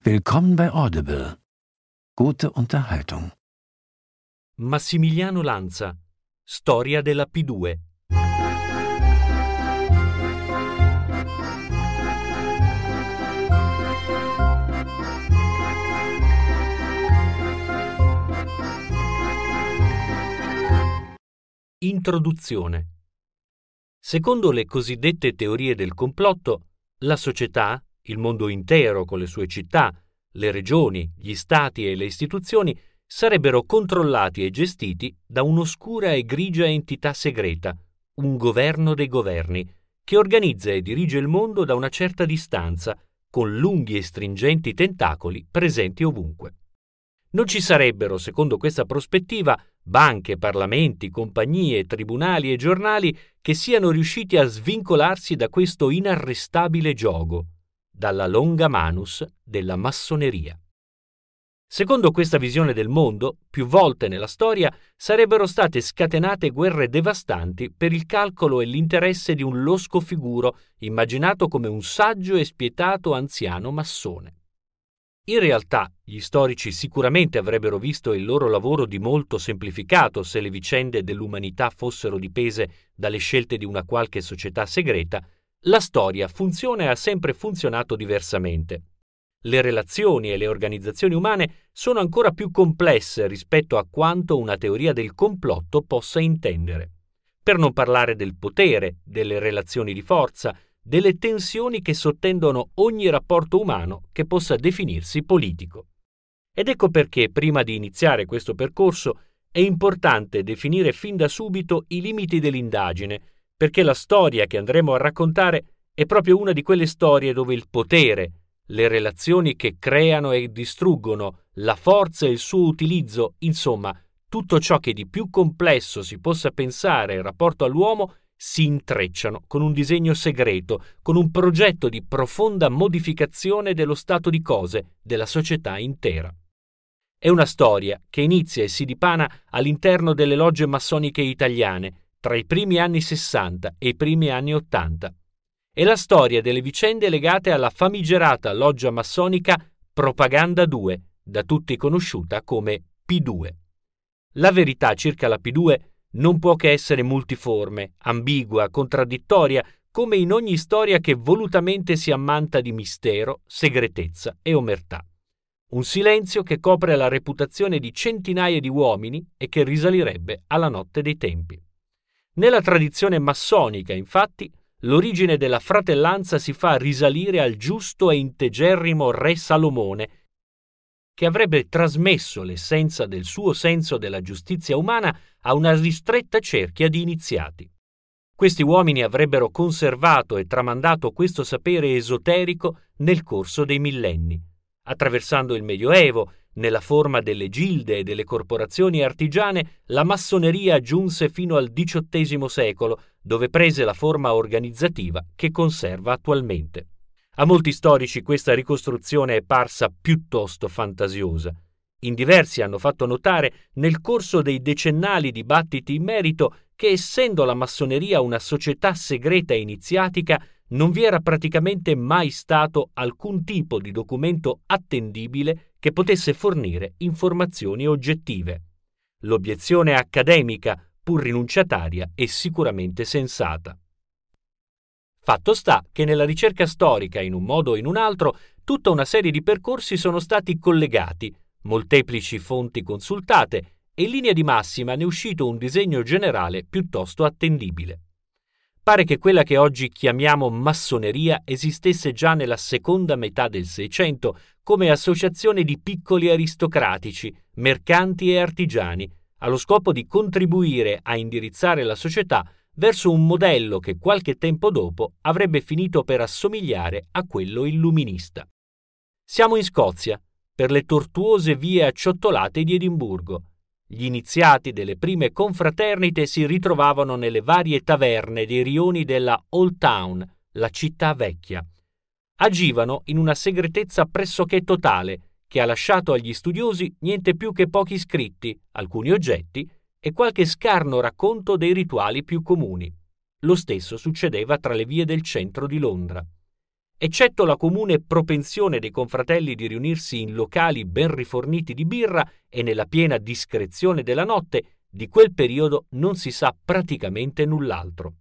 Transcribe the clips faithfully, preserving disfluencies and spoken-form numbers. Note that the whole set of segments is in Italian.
Willkommen bei Audible. Gute Unterhaltung. Massimiliano Lanza, Storia della P due. Introduzione. Secondo le cosiddette teorie del complotto, la società, il mondo intero con le sue città, le regioni, gli stati e le istituzioni sarebbero controllati e gestiti da un'oscura e grigia entità segreta, un governo dei governi, che organizza e dirige il mondo da una certa distanza, con lunghi e stringenti tentacoli presenti ovunque. Non ci sarebbero, secondo questa prospettiva, banche, parlamenti, compagnie, tribunali e giornali che siano riusciti a svincolarsi da questo inarrestabile giogo, dalla longa manus della massoneria. Secondo questa visione del mondo, più volte nella storia sarebbero state scatenate guerre devastanti per il calcolo e l'interesse di un losco figuro immaginato come un saggio e spietato anziano massone. In realtà, gli storici sicuramente avrebbero visto il loro lavoro di molto semplificato se le vicende dell'umanità fossero dipese dalle scelte di una qualche società segreta. La storia funziona e ha sempre funzionato diversamente. Le relazioni e le organizzazioni umane sono ancora più complesse rispetto a quanto una teoria del complotto possa intendere. Per non parlare del potere, delle relazioni di forza, delle tensioni che sottendono ogni rapporto umano che possa definirsi politico. Ed ecco perché, prima di iniziare questo percorso, è importante definire fin da subito i limiti dell'indagine, perché la storia che andremo a raccontare è proprio una di quelle storie dove il potere, le relazioni che creano e distruggono, la forza e il suo utilizzo, insomma, tutto ciò che di più complesso si possa pensare in rapporto all'uomo, si intrecciano con un disegno segreto, con un progetto di profonda modificazione dello stato di cose della società intera. È una storia che inizia e si dipana all'interno delle logge massoniche italiane, tra i primi anni sessanta e i primi anni ottanta. È la storia delle vicende legate alla famigerata loggia massonica Propaganda due, da tutti conosciuta come P due. La verità circa la P due non può che essere multiforme, ambigua, contraddittoria, come in ogni storia che volutamente si ammanta di mistero, segretezza e omertà. Un silenzio che copre la reputazione di centinaia di uomini e che risalirebbe alla notte dei tempi. Nella tradizione massonica, infatti, l'origine della fratellanza si fa risalire al giusto e integerrimo re Salomone, che avrebbe trasmesso l'essenza del suo senso della giustizia umana a una ristretta cerchia di iniziati. Questi uomini avrebbero conservato e tramandato questo sapere esoterico nel corso dei millenni. Attraversando il Medioevo, nella forma delle gilde e delle corporazioni artigiane, la massoneria giunse fino al diciottesimo secolo, dove prese la forma organizzativa che conserva attualmente. A molti storici questa ricostruzione è parsa piuttosto fantasiosa. In diversi hanno fatto notare, nel corso dei decennali dibattiti in merito, che essendo la massoneria una società segreta e iniziatica, non vi era praticamente mai stato alcun tipo di documento attendibile che potesse fornire informazioni oggettive. L'obiezione accademica, pur rinunciataria, è sicuramente sensata. Fatto sta che nella ricerca storica, in un modo o in un altro, tutta una serie di percorsi sono stati collegati, molteplici fonti consultate, e in linea di massima ne è uscito un disegno generale piuttosto attendibile. Pare che quella che oggi chiamiamo massoneria esistesse già nella seconda metà del Seicento come associazione di piccoli aristocratici, mercanti e artigiani, allo scopo di contribuire a indirizzare la società verso un modello che qualche tempo dopo avrebbe finito per assomigliare a quello illuminista. Siamo in Scozia, per le tortuose vie acciottolate di Edimburgo. Gli iniziati delle prime confraternite si ritrovavano nelle varie taverne dei rioni della Old Town, la città vecchia. Agivano in una segretezza pressoché totale, che ha lasciato agli studiosi niente più che pochi scritti, alcuni oggetti e qualche scarno racconto dei rituali più comuni. Lo stesso succedeva tra le vie del centro di Londra. eccetto la comune propensione dei confratelli di riunirsi in locali ben riforniti di birra e nella piena discrezione della notte, di quel periodo non si sa praticamente null'altro.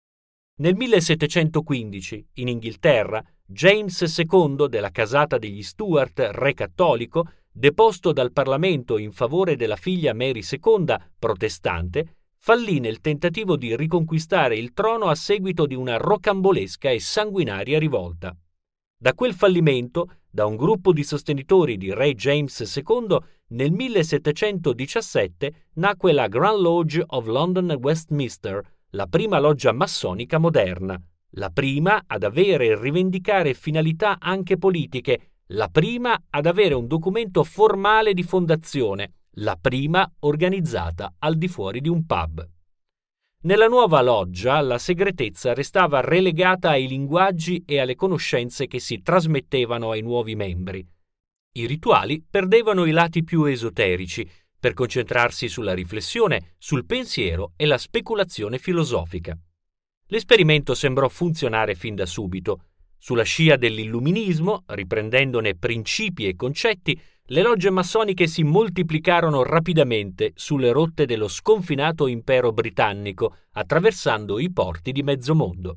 Nel millesettecentoquindici, in Inghilterra, James secondo della casata degli Stuart, re cattolico, deposto dal Parlamento in favore della figlia Mary seconda, protestante, fallì nel tentativo di riconquistare il trono a seguito di una rocambolesca e sanguinaria rivolta. Da quel fallimento, da un gruppo di sostenitori di re James secondo, nel millesettecentodiciassette nacque la Grand Lodge of London and Westminster, la prima loggia massonica moderna, la prima ad avere e rivendicare finalità anche politiche, la prima ad avere un documento formale di fondazione, la prima organizzata al di fuori di un pub. Nella nuova loggia la segretezza restava relegata ai linguaggi e alle conoscenze che si trasmettevano ai nuovi membri. I rituali perdevano i lati più esoterici per concentrarsi sulla riflessione, sul pensiero e la speculazione filosofica. L'esperimento sembrò funzionare fin da subito. Sulla scia dell'illuminismo, riprendendone principi e concetti, le logge massoniche si moltiplicarono rapidamente sulle rotte dello sconfinato impero britannico, attraversando i porti di mezzo mondo.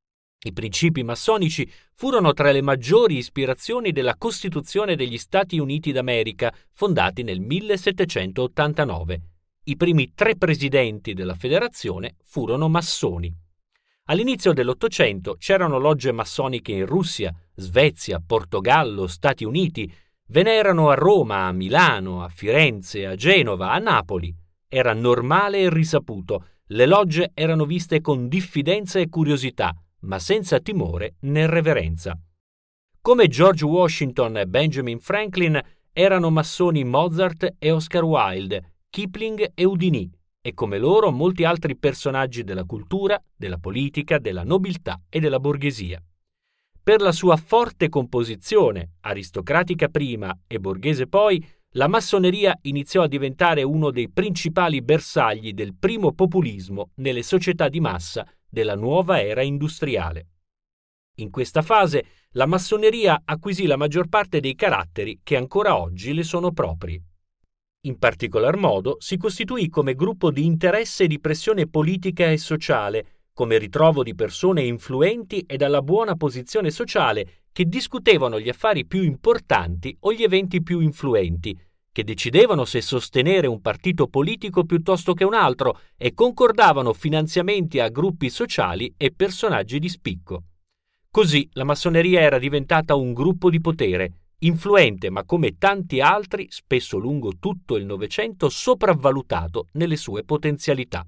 I principi massonici furono tra le maggiori ispirazioni della Costituzione degli Stati Uniti d'America, fondati nel millesettecentottantanove. I primi tre presidenti della federazione furono massoni. All'inizio dell'Ottocento c'erano logge massoniche in Russia, Svezia, Portogallo, Stati Uniti, ve n'erano a Roma, a Milano, a Firenze, a Genova, a Napoli. Era normale e risaputo, le logge erano viste con diffidenza e curiosità, ma senza timore né reverenza. Come George Washington e Benjamin Franklin, erano massoni Mozart e Oscar Wilde, Kipling e Houdini, e come loro molti altri personaggi della cultura, della politica, della nobiltà e della borghesia. Per la sua forte composizione, aristocratica prima e borghese poi, la massoneria iniziò a diventare uno dei principali bersagli del primo populismo nelle società di massa della nuova era industriale. In questa fase, la massoneria acquisì la maggior parte dei caratteri che ancora oggi le sono propri. In particolar modo si costituì come gruppo di interesse e di pressione politica e sociale, come ritrovo di persone influenti e dalla buona posizione sociale che discutevano gli affari più importanti o gli eventi più influenti, che decidevano se sostenere un partito politico piuttosto che un altro e concordavano finanziamenti a gruppi sociali e personaggi di spicco. Così la massoneria era diventata un gruppo di potere, influente ma come tanti altri, spesso lungo tutto il Novecento, sopravvalutato nelle sue potenzialità.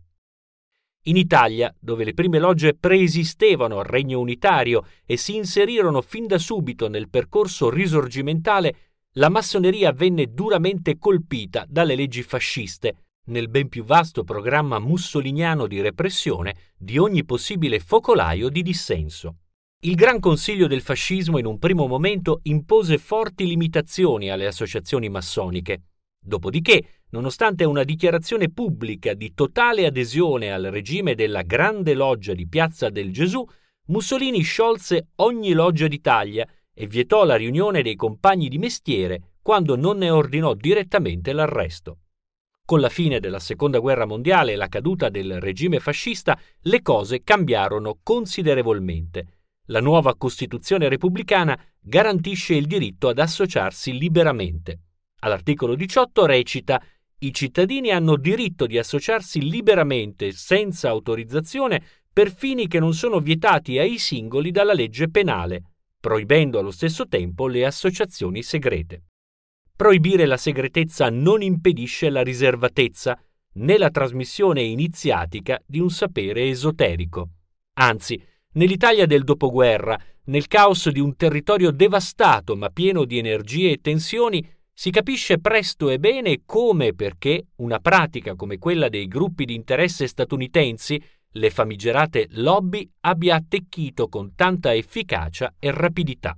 In Italia, dove le prime logge preesistevano al Regno Unitario e si inserirono fin da subito nel percorso risorgimentale, la massoneria venne duramente colpita dalle leggi fasciste, nel ben più vasto programma mussoliniano di repressione di ogni possibile focolaio di dissenso. Il Gran Consiglio del fascismo in un primo momento impose forti limitazioni alle associazioni massoniche. Dopodiché, nonostante una dichiarazione pubblica di totale adesione al regime della Grande Loggia di Piazza del Gesù, Mussolini sciolse ogni loggia d'Italia e vietò la riunione dei compagni di mestiere quando non ne ordinò direttamente l'arresto. Con la fine della Seconda Guerra Mondiale e la caduta del regime fascista, le cose cambiarono considerevolmente. La nuova Costituzione repubblicana garantisce il diritto ad associarsi liberamente. All'articolo diciotto recita: «I cittadini hanno diritto di associarsi liberamente, senza autorizzazione, per fini che non sono vietati ai singoli dalla legge penale, proibendo allo stesso tempo le associazioni segrete». Proibire la segretezza non impedisce la riservatezza, né la trasmissione iniziatica di un sapere esoterico. Anzi, nell'Italia del dopoguerra, nel caos di un territorio devastato ma pieno di energie e tensioni, si capisce presto e bene come e perché una pratica come quella dei gruppi di interesse statunitensi, le famigerate lobby, abbia attecchito con tanta efficacia e rapidità.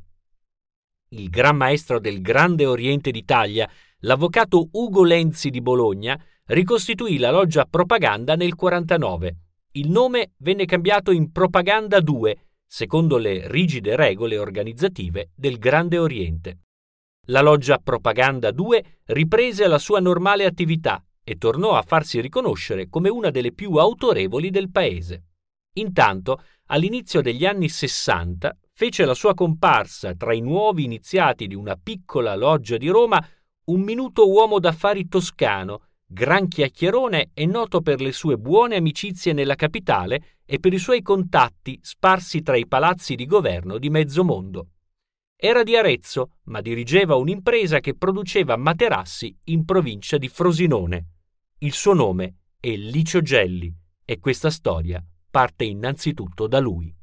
Il gran maestro del Grande Oriente d'Italia, l'avvocato Ugo Lenzi di Bologna, ricostituì la loggia Propaganda nel quarantanove. Il nome venne cambiato in Propaganda due secondo le rigide regole organizzative del Grande Oriente. La loggia Propaganda due riprese la sua normale attività e tornò a farsi riconoscere come una delle più autorevoli del paese. Intanto, all'inizio degli anni sessanta, fece la sua comparsa tra i nuovi iniziati di una piccola loggia di Roma un minuto uomo d'affari toscano, gran chiacchierone e noto per le sue buone amicizie nella capitale e per i suoi contatti sparsi tra i palazzi di governo di mezzo mondo. Era di Arezzo, ma dirigeva un'impresa che produceva materassi in provincia di Frosinone. Il suo nome è Licio Gelli e questa storia parte innanzitutto da lui.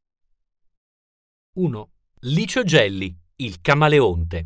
uno. Licio Gelli, il camaleonte.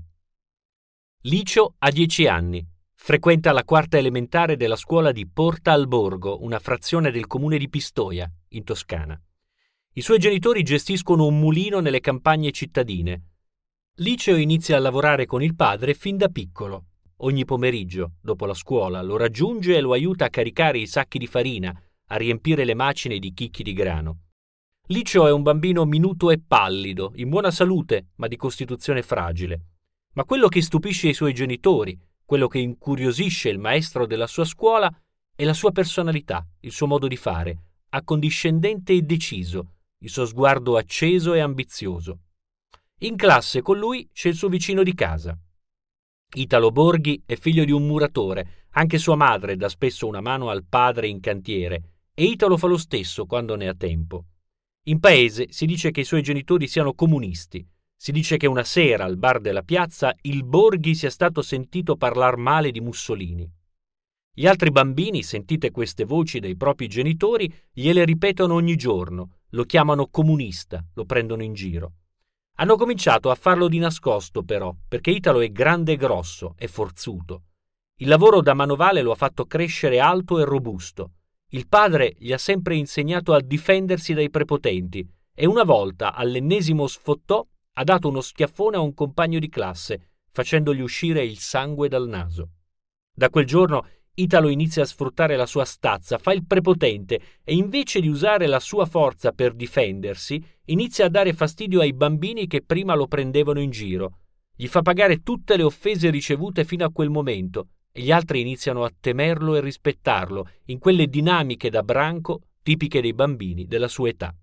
Licio ha dieci anni. Frequenta la quarta elementare della scuola di Porta al Borgo, una frazione del comune di Pistoia, in Toscana. I suoi genitori gestiscono un mulino nelle campagne cittadine. Licio inizia a lavorare con il padre fin da piccolo. Ogni pomeriggio, dopo la scuola, lo raggiunge e lo aiuta a caricare i sacchi di farina, a riempire le macine di chicchi di grano. Licio è un bambino minuto e pallido, in buona salute, ma di costituzione fragile. Ma quello che stupisce i suoi genitori, quello che incuriosisce il maestro della sua scuola, è la sua personalità, il suo modo di fare, accondiscendente e deciso, il suo sguardo acceso e ambizioso. In classe con lui c'è il suo vicino di casa. Italo Borghi è figlio di un muratore, anche sua madre dà spesso una mano al padre in cantiere, e Italo fa lo stesso quando ne ha tempo. In paese si dice che i suoi genitori siano comunisti. Si dice che una sera al bar della piazza il Borghi sia stato sentito parlar male di Mussolini. Gli altri bambini, sentite queste voci dai propri genitori, gliele ripetono ogni giorno, lo chiamano comunista, lo prendono in giro. Hanno cominciato a farlo di nascosto però, perché Italo è grande e grosso, è forzuto. Il lavoro da manovale lo ha fatto crescere alto e robusto. Il padre gli ha sempre insegnato a difendersi dai prepotenti e una volta, all'ennesimo sfottò, ha dato uno schiaffone a un compagno di classe, facendogli uscire il sangue dal naso. Da quel giorno Italo inizia a sfruttare la sua stazza, fa il prepotente e invece di usare la sua forza per difendersi, inizia a dare fastidio ai bambini che prima lo prendevano in giro. Gli fa pagare tutte le offese ricevute fino a quel momento e gli altri iniziano a temerlo e rispettarlo in quelle dinamiche da branco tipiche dei bambini della sua età.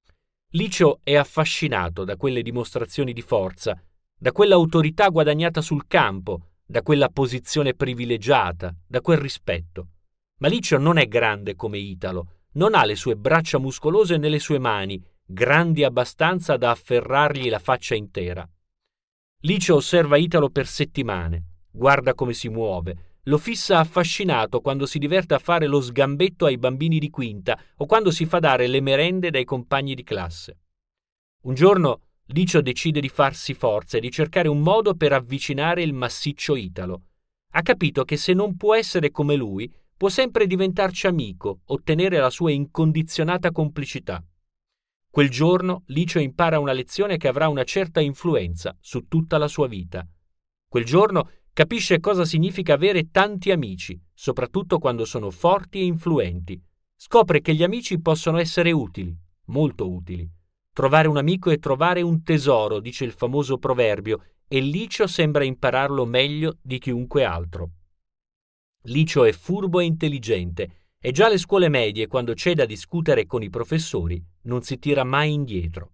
Licio è affascinato da quelle dimostrazioni di forza, da quell'autorità guadagnata sul campo, da quella posizione privilegiata, da quel rispetto. Ma Licio non è grande come Italo, non ha le sue braccia muscolose né le sue mani, grandi abbastanza da afferrargli la faccia intera. Licio osserva Italo per settimane, guarda come si muove, lo fissa affascinato quando si diverte a fare lo sgambetto ai bambini di quinta o quando si fa dare le merende dai compagni di classe. Un giorno Licio decide di farsi forza e di cercare un modo per avvicinare il massiccio Italo. Ha capito che se non può essere come lui, può sempre diventarci amico, ottenere la sua incondizionata complicità. Quel giorno Licio impara una lezione che avrà una certa influenza su tutta la sua vita. Quel giorno capisce cosa significa avere tanti amici, soprattutto quando sono forti e influenti. Scopre che gli amici possono essere utili, molto utili. Trovare un amico è trovare un tesoro, dice il famoso proverbio, e Licio sembra impararlo meglio di chiunque altro. Licio è furbo e intelligente, e già alle scuole medie, quando c'è da discutere con i professori, non si tira mai indietro.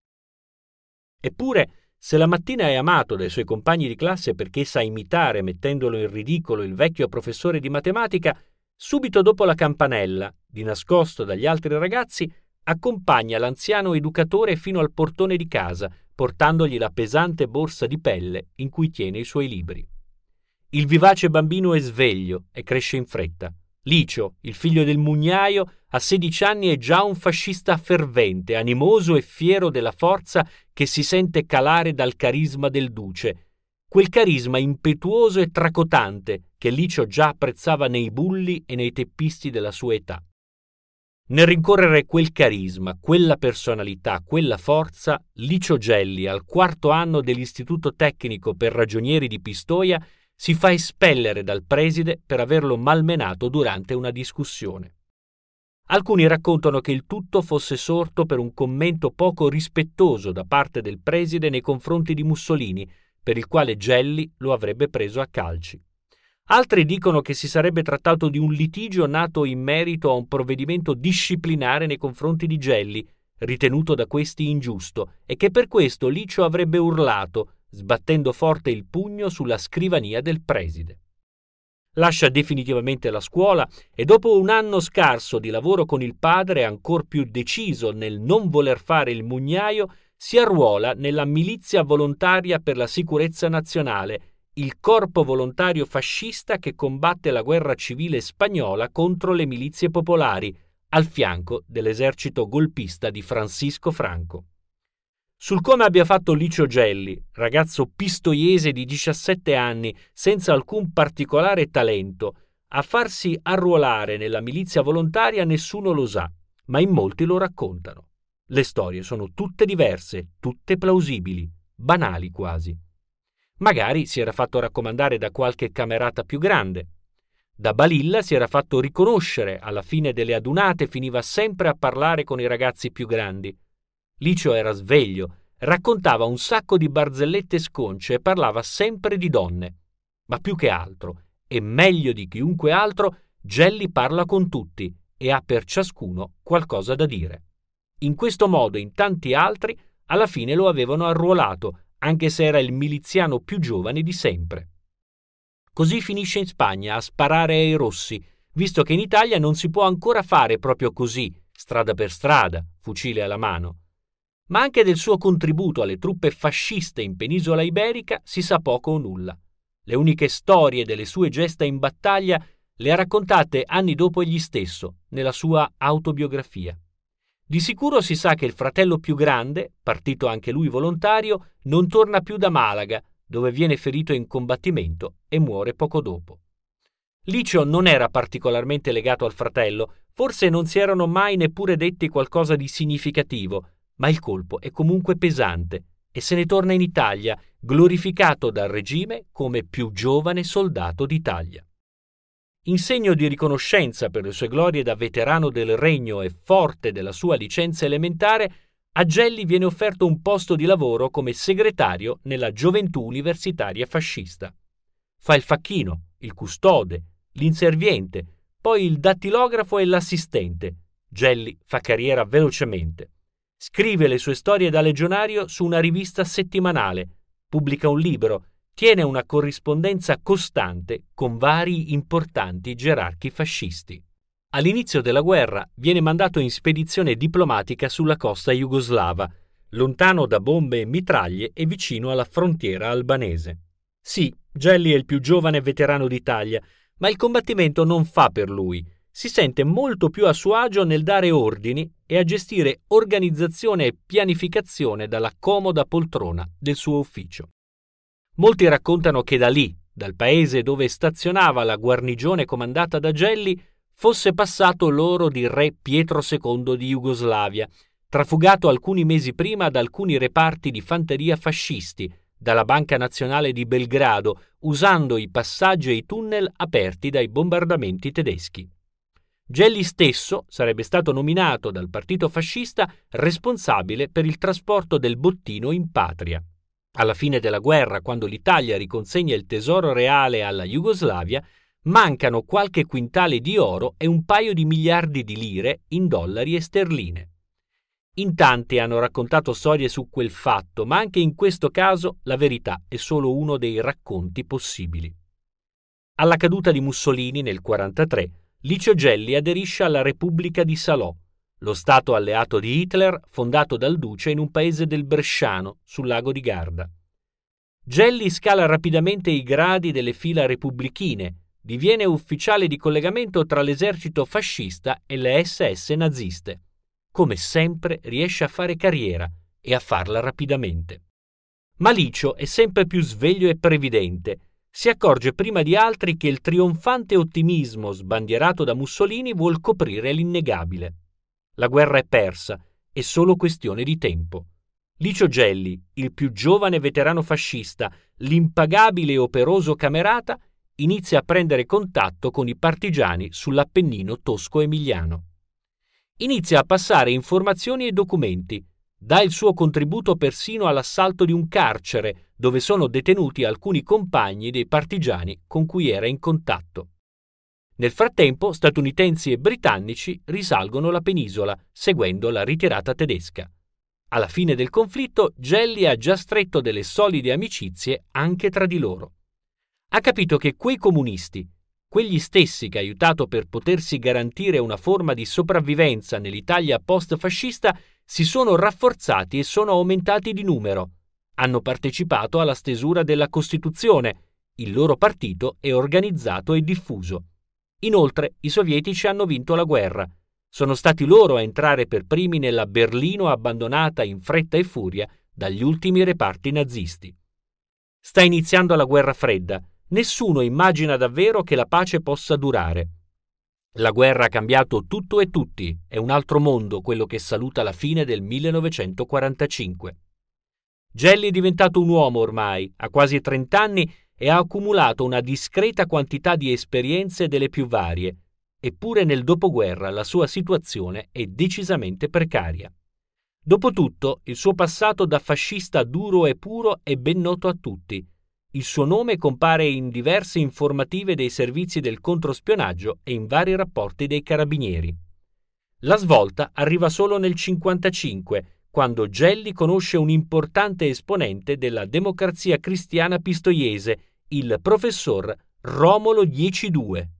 Eppure, se la mattina è amato dai suoi compagni di classe perché sa imitare, mettendolo in ridicolo, il vecchio professore di matematica, subito dopo la campanella, di nascosto dagli altri ragazzi, accompagna l'anziano educatore fino al portone di casa, portandogli la pesante borsa di pelle in cui tiene i suoi libri. Il vivace bambino è sveglio e cresce in fretta. Licio, il figlio del mugnaio, a sedici anni è già un fascista fervente, animoso e fiero della forza che si sente calare dal carisma del duce, quel carisma impetuoso e tracotante che Licio già apprezzava nei bulli e nei teppisti della sua età. Nel rincorrere quel carisma, quella personalità, quella forza, Licio Gelli, al quarto anno dell'Istituto Tecnico per Ragionieri di Pistoia, si fa espellere dal preside per averlo malmenato durante una discussione. Alcuni raccontano che il tutto fosse sorto per un commento poco rispettoso da parte del preside nei confronti di Mussolini, per il quale Gelli lo avrebbe preso a calci. Altri dicono che si sarebbe trattato di un litigio nato in merito a un provvedimento disciplinare nei confronti di Gelli, ritenuto da questi ingiusto, e che per questo Licio avrebbe urlato, sbattendo forte il pugno sulla scrivania del preside. Lascia definitivamente la scuola e dopo un anno scarso di lavoro con il padre, ancor più deciso nel non voler fare il mugnaio, si arruola nella Milizia Volontaria per la Sicurezza Nazionale, il corpo volontario fascista che combatte la guerra civile spagnola contro le milizie popolari, al fianco dell'esercito golpista di Francisco Franco. Sul come abbia fatto Licio Gelli, ragazzo pistoiese di diciassette anni senza alcun particolare talento, a farsi arruolare nella milizia volontaria nessuno lo sa, ma in molti lo raccontano. Le storie sono tutte diverse, tutte plausibili, banali quasi. Magari si era fatto raccomandare da qualche camerata più grande. Da Balilla si era fatto riconoscere, alla fine delle adunate finiva sempre a parlare con i ragazzi più grandi. Licio era sveglio, raccontava un sacco di barzellette sconce e parlava sempre di donne. Ma più che altro, e meglio di chiunque altro, Gelli parla con tutti e ha per ciascuno qualcosa da dire. In questo modo e in tanti altri, alla fine lo avevano arruolato, anche se era il miliziano più giovane di sempre. Così finisce in Spagna a sparare ai rossi, visto che in Italia non si può ancora fare proprio così, strada per strada, fucile alla mano. Ma anche del suo contributo alle truppe fasciste in penisola iberica si sa poco o nulla. Le uniche storie delle sue gesta in battaglia le ha raccontate anni dopo egli stesso, nella sua autobiografia. Di sicuro si sa che il fratello più grande, partito anche lui volontario, non torna più da Malaga, dove viene ferito in combattimento e muore poco dopo. Licio non era particolarmente legato al fratello, forse non si erano mai neppure detti qualcosa di significativo, ma il colpo è comunque pesante e se ne torna in Italia, glorificato dal regime come più giovane soldato d'Italia. In segno di riconoscenza per le sue glorie da veterano del regno e forte della sua licenza elementare, a Gelli viene offerto un posto di lavoro come segretario nella Gioventù Universitaria Fascista. Fa il facchino, il custode, l'inserviente, poi il dattilografo e l'assistente. Gelli fa carriera velocemente. Scrive le sue storie da legionario su una rivista settimanale, pubblica un libro, tiene una corrispondenza costante con vari importanti gerarchi fascisti. All'inizio della guerra viene mandato in spedizione diplomatica sulla costa jugoslava, lontano da bombe e mitraglie e vicino alla frontiera albanese. Sì, Gelli è il più giovane veterano d'Italia, ma il combattimento non fa per lui. Si sente molto più a suo agio nel dare ordini e a gestire organizzazione e pianificazione dalla comoda poltrona del suo ufficio. Molti raccontano che da lì, dal paese dove stazionava la guarnigione comandata da Gelli, fosse passato l'oro di re Pietro secondo di Jugoslavia, trafugato alcuni mesi prima da alcuni reparti di fanteria fascisti, dalla Banca Nazionale di Belgrado, usando i passaggi e i tunnel aperti dai bombardamenti tedeschi. Gelli stesso sarebbe stato nominato dal partito fascista responsabile per il trasporto del bottino in patria. Alla fine della guerra, quando l'Italia riconsegna il tesoro reale alla Jugoslavia, mancano qualche quintale di oro e un paio di miliardi di lire in dollari e sterline. In tanti hanno raccontato storie su quel fatto, ma anche in questo caso la verità è solo uno dei racconti possibili. Alla caduta di Mussolini nel millenovecentoquarantatré, Licio Gelli aderisce alla Repubblica di Salò, lo stato alleato di Hitler fondato dal duce in un paese del Bresciano, sul lago di Garda. Gelli scala rapidamente i gradi delle fila repubblichine, diviene ufficiale di collegamento tra l'esercito fascista e le esse esse naziste. Come sempre riesce a fare carriera e a farla rapidamente. Ma Licio è sempre più sveglio e previdente. Si accorge prima di altri che il trionfante ottimismo sbandierato da Mussolini vuol coprire l'innegabile. La guerra è persa, è solo questione di tempo. Licio Gelli, il più giovane veterano fascista, l'impagabile e operoso camerata, inizia a prendere contatto con i partigiani sull'Appennino tosco-emiliano. Inizia a passare informazioni e documenti, dà il suo contributo persino all'assalto di un carcere dove sono detenuti alcuni compagni dei partigiani con cui era in contatto. Nel frattempo, statunitensi e britannici risalgono la penisola, seguendo la ritirata tedesca. Alla fine del conflitto, Gelli ha già stretto delle solide amicizie anche tra di loro. Ha capito che quei comunisti, quegli stessi che ha aiutato per potersi garantire una forma di sopravvivenza nell'Italia post-fascista, si sono rafforzati e sono aumentati di numero. Hanno partecipato alla stesura della Costituzione. Il loro partito è organizzato e diffuso. Inoltre, i sovietici hanno vinto la guerra. Sono stati loro a entrare per primi nella Berlino abbandonata in fretta e furia dagli ultimi reparti nazisti. Sta iniziando la guerra fredda. Nessuno immagina davvero che la pace possa durare. La guerra ha cambiato tutto e tutti. È un altro mondo quello che saluta la fine del millenovecentoquarantacinque. Gelli è diventato un uomo ormai, ha quasi trent'anni e ha accumulato una discreta quantità di esperienze delle più varie, eppure nel dopoguerra la sua situazione è decisamente precaria. Dopotutto, il suo passato da fascista duro e puro è ben noto a tutti. Il suo nome compare in diverse informative dei servizi del controspionaggio e in vari rapporti dei carabinieri. La svolta arriva solo nel cinquantacinque, quando Gelli conosce un importante esponente della Democrazia Cristiana pistoiese, il professor Romolo Dieci-Due.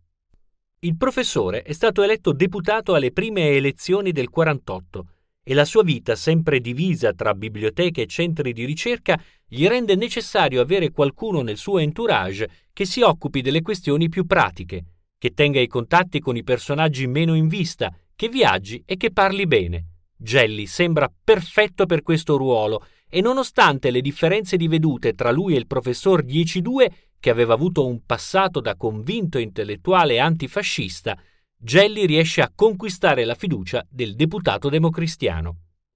Il professore è stato eletto deputato alle prime elezioni del quarantotto e la sua vita, sempre divisa tra biblioteche e centri di ricerca, gli rende necessario avere qualcuno nel suo entourage che si occupi delle questioni più pratiche, che tenga i contatti con i personaggi meno in vista, che viaggi e che parli bene. Gelli sembra perfetto per questo ruolo e nonostante le differenze di vedute tra lui e il professor Dieci-Due, che aveva avuto un passato da convinto intellettuale antifascista, Gelli riesce a conquistare la fiducia del deputato democristiano.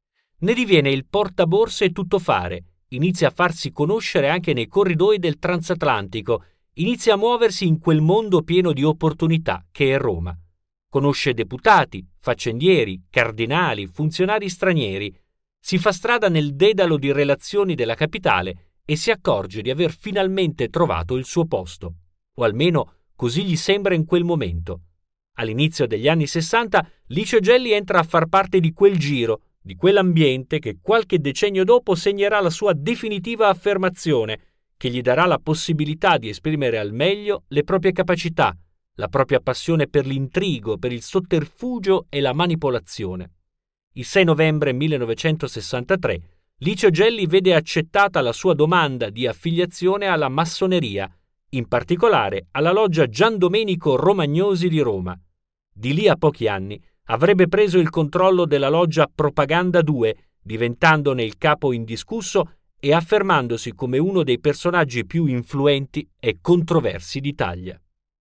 Ne diviene il portaborse e tuttofare, inizia a farsi conoscere anche nei corridoi del transatlantico, inizia a muoversi in quel mondo pieno di opportunità che è Roma. Conosce deputati, faccendieri, cardinali, funzionari stranieri, si fa strada nel dedalo di relazioni della capitale e si accorge di aver finalmente trovato il suo posto, o almeno così gli sembra in quel momento. All'inizio degli anni sessanta, Licio Gelli entra a far parte di quel giro, di quell'ambiente che qualche decennio dopo segnerà la sua definitiva affermazione, che gli darà la possibilità di esprimere al meglio le proprie capacità, la propria passione per l'intrigo, per il sotterfugio e la manipolazione. Il sei novembre millenovecentosessantatré, Licio Gelli vede accettata la sua domanda di affiliazione alla massoneria, in particolare alla loggia Gian Domenico Romagnosi di Roma. Di lì a pochi anni avrebbe preso il controllo della loggia Propaganda due, diventandone il capo indiscusso e affermandosi come uno dei personaggi più influenti e controversi d'Italia.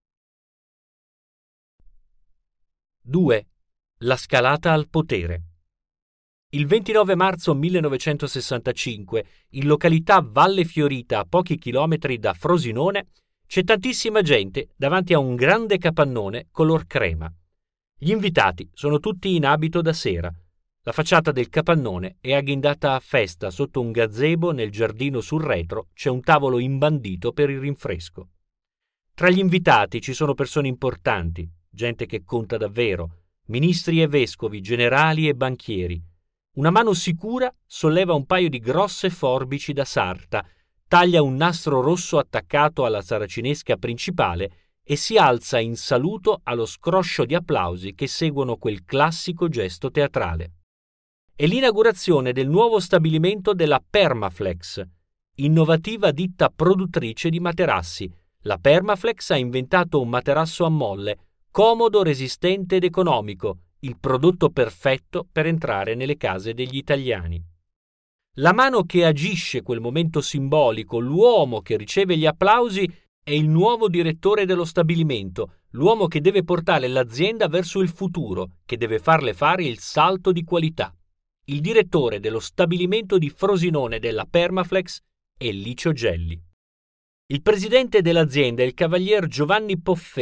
due. La scalata al potere. Il ventinove marzo millenovecentosessantacinque, in località Valle Fiorita, a pochi chilometri da Frosinone, c'è tantissima gente davanti a un grande capannone color crema. Gli invitati sono tutti in abito da sera. La facciata del capannone è agghindata a festa, sotto un gazebo nel giardino sul retro c'è un tavolo imbandito per il rinfresco. Tra gli invitati ci sono persone importanti, gente che conta davvero, ministri e vescovi, generali e banchieri. Una mano sicura solleva un paio di grosse forbici da sarta, taglia un nastro rosso attaccato alla saracinesca principale e si alza in saluto allo scroscio di applausi che seguono quel classico gesto teatrale. È l'inaugurazione del nuovo stabilimento della Permaflex, innovativa ditta produttrice di materassi. La Permaflex ha inventato un materasso a molle, comodo, resistente ed economico, il prodotto perfetto per entrare nelle case degli italiani. La mano che agisce quel momento simbolico, l'uomo che riceve gli applausi, è il nuovo direttore dello stabilimento, l'uomo che deve portare l'azienda verso il futuro, che deve farle fare il salto di qualità. Il direttore dello stabilimento di Frosinone della Permaflex è Licio Gelli. Il presidente dell'azienda è il cavalier Giovanni Pofferi,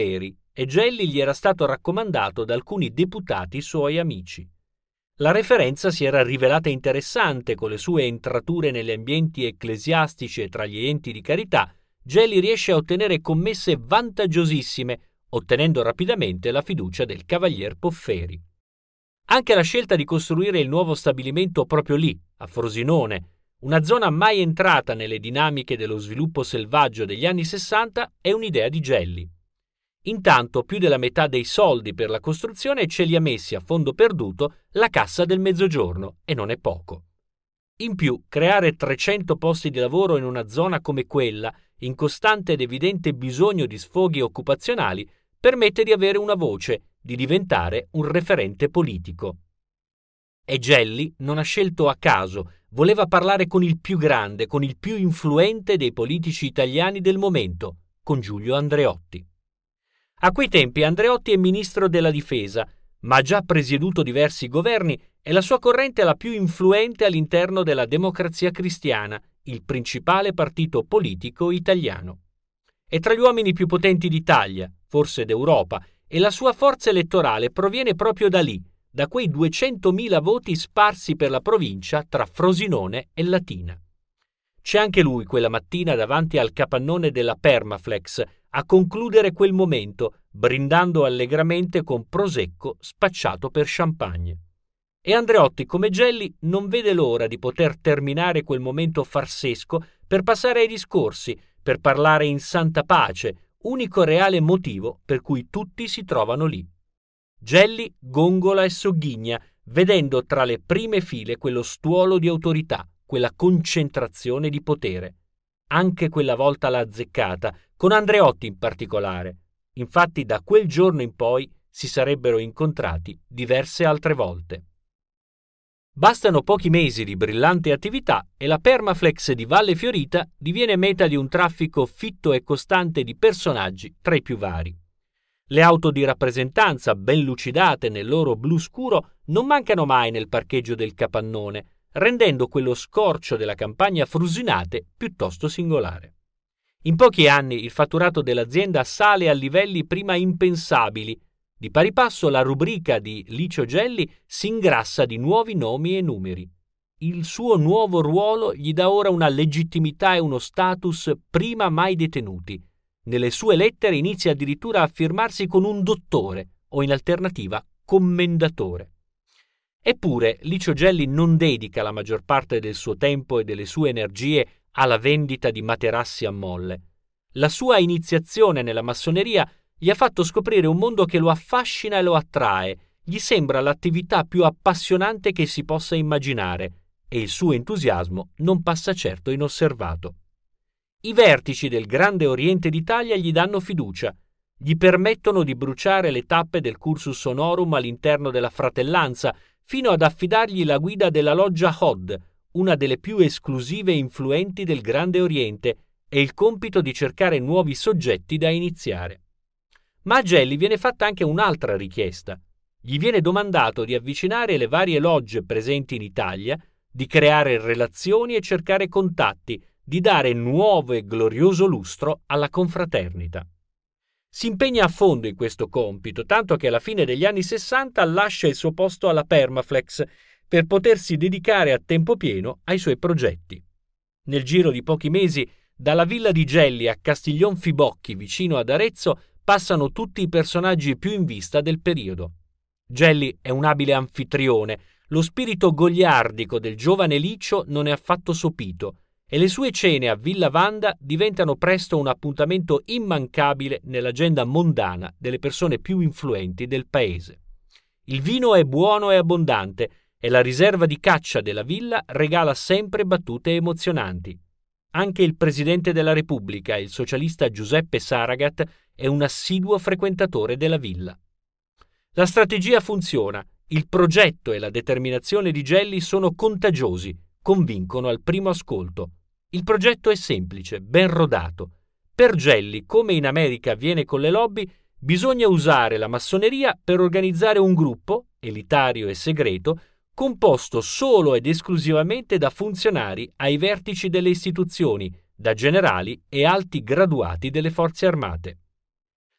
e Gelli gli era stato raccomandato da alcuni deputati suoi amici. La referenza si era rivelata interessante con le sue entrature negli ambienti ecclesiastici e tra gli enti di carità. Gelli riesce a ottenere commesse vantaggiosissime, ottenendo rapidamente la fiducia del cavalier Pofferi. Anche la scelta di costruire il nuovo stabilimento proprio lì, a Frosinone, una zona mai entrata nelle dinamiche dello sviluppo selvaggio degli anni sessanta, è un'idea di Gelli. Intanto più della metà dei soldi per la costruzione ce li ha messi a fondo perduto la Cassa del Mezzogiorno, e non è poco. In più, creare trecento posti di lavoro in una zona come quella, in costante ed evidente bisogno di sfoghi occupazionali, permette di avere una voce, di diventare un referente politico. E Gelli non ha scelto a caso, voleva parlare con il più grande, con il più influente dei politici italiani del momento, con Giulio Andreotti. A quei tempi Andreotti è ministro della difesa, ma ha già presieduto diversi governi e la sua corrente è la più influente all'interno della Democrazia Cristiana, il principale partito politico italiano. È tra gli uomini più potenti d'Italia, forse d'Europa, e la sua forza elettorale proviene proprio da lì, da quei duecentomila voti sparsi per la provincia tra Frosinone e Latina. C'è anche lui quella mattina davanti al capannone della Permaflex a concludere quel momento, brindando allegramente con prosecco spacciato per champagne. E Andreotti, come Gelli, non vede l'ora di poter terminare quel momento farsesco per passare ai discorsi, per parlare in santa pace, unico reale motivo per cui tutti si trovano lì. Gelli gongola e sogghigna, vedendo tra le prime file quello stuolo di autorità, quella concentrazione di potere. Anche quella volta l'ha azzeccata, con Andreotti in particolare. Infatti da quel giorno in poi si sarebbero incontrati diverse altre volte. Bastano pochi mesi di brillante attività e la Permaflex di Valle Fiorita diviene meta di un traffico fitto e costante di personaggi tra i più vari. Le auto di rappresentanza, ben lucidate nel loro blu scuro, non mancano mai nel parcheggio del capannone, rendendo quello scorcio della campagna frusinate piuttosto singolare. In pochi anni il fatturato dell'azienda sale a livelli prima impensabili. Di pari passo la rubrica di Licio Gelli si ingrassa di nuovi nomi e numeri. Il suo nuovo ruolo gli dà ora una legittimità e uno status prima mai detenuti. Nelle sue lettere inizia addirittura a firmarsi con un dottore o in alternativa commendatore. Eppure Licio Gelli non dedica la maggior parte del suo tempo e delle sue energie alla vendita di materassi a molle. La sua iniziazione nella massoneria gli ha fatto scoprire un mondo che lo affascina e lo attrae, gli sembra l'attività più appassionante che si possa immaginare e il suo entusiasmo non passa certo inosservato. I vertici del Grande Oriente d'Italia gli danno fiducia, gli permettono di bruciare le tappe del cursus honorum all'interno della fratellanza, fino ad affidargli la guida della loggia Hod, una delle più esclusive e influenti del Grande Oriente, e il compito di cercare nuovi soggetti da iniziare. Ma a Gelli viene fatta anche un'altra richiesta. Gli viene domandato di avvicinare le varie logge presenti in Italia, di creare relazioni e cercare contatti, di dare nuovo e glorioso lustro alla confraternita. Si impegna a fondo in questo compito, tanto che alla fine degli anni sessanta lascia il suo posto alla Permaflex per potersi dedicare a tempo pieno ai suoi progetti. Nel giro di pochi mesi, dalla villa di Gelli a Castiglion Fibocchi, vicino ad Arezzo, passano tutti i personaggi più in vista del periodo. Gelli è un abile anfitrione, lo spirito goliardico del giovane Licio non è affatto sopito, e le sue cene a Villa Vanda diventano presto un appuntamento immancabile nell'agenda mondana delle persone più influenti del paese. Il vino è buono e abbondante e la riserva di caccia della villa regala sempre battute emozionanti. Anche il Presidente della Repubblica, il socialista Giuseppe Saragat, è un assiduo frequentatore della villa. La strategia funziona, il progetto e la determinazione di Gelli sono contagiosi, convincono al primo ascolto. Il progetto è semplice, ben rodato. Per Gelli, come in America avviene con le lobby, bisogna usare la massoneria per organizzare un gruppo, elitario e segreto, composto solo ed esclusivamente da funzionari ai vertici delle istituzioni, da generali e alti graduati delle forze armate.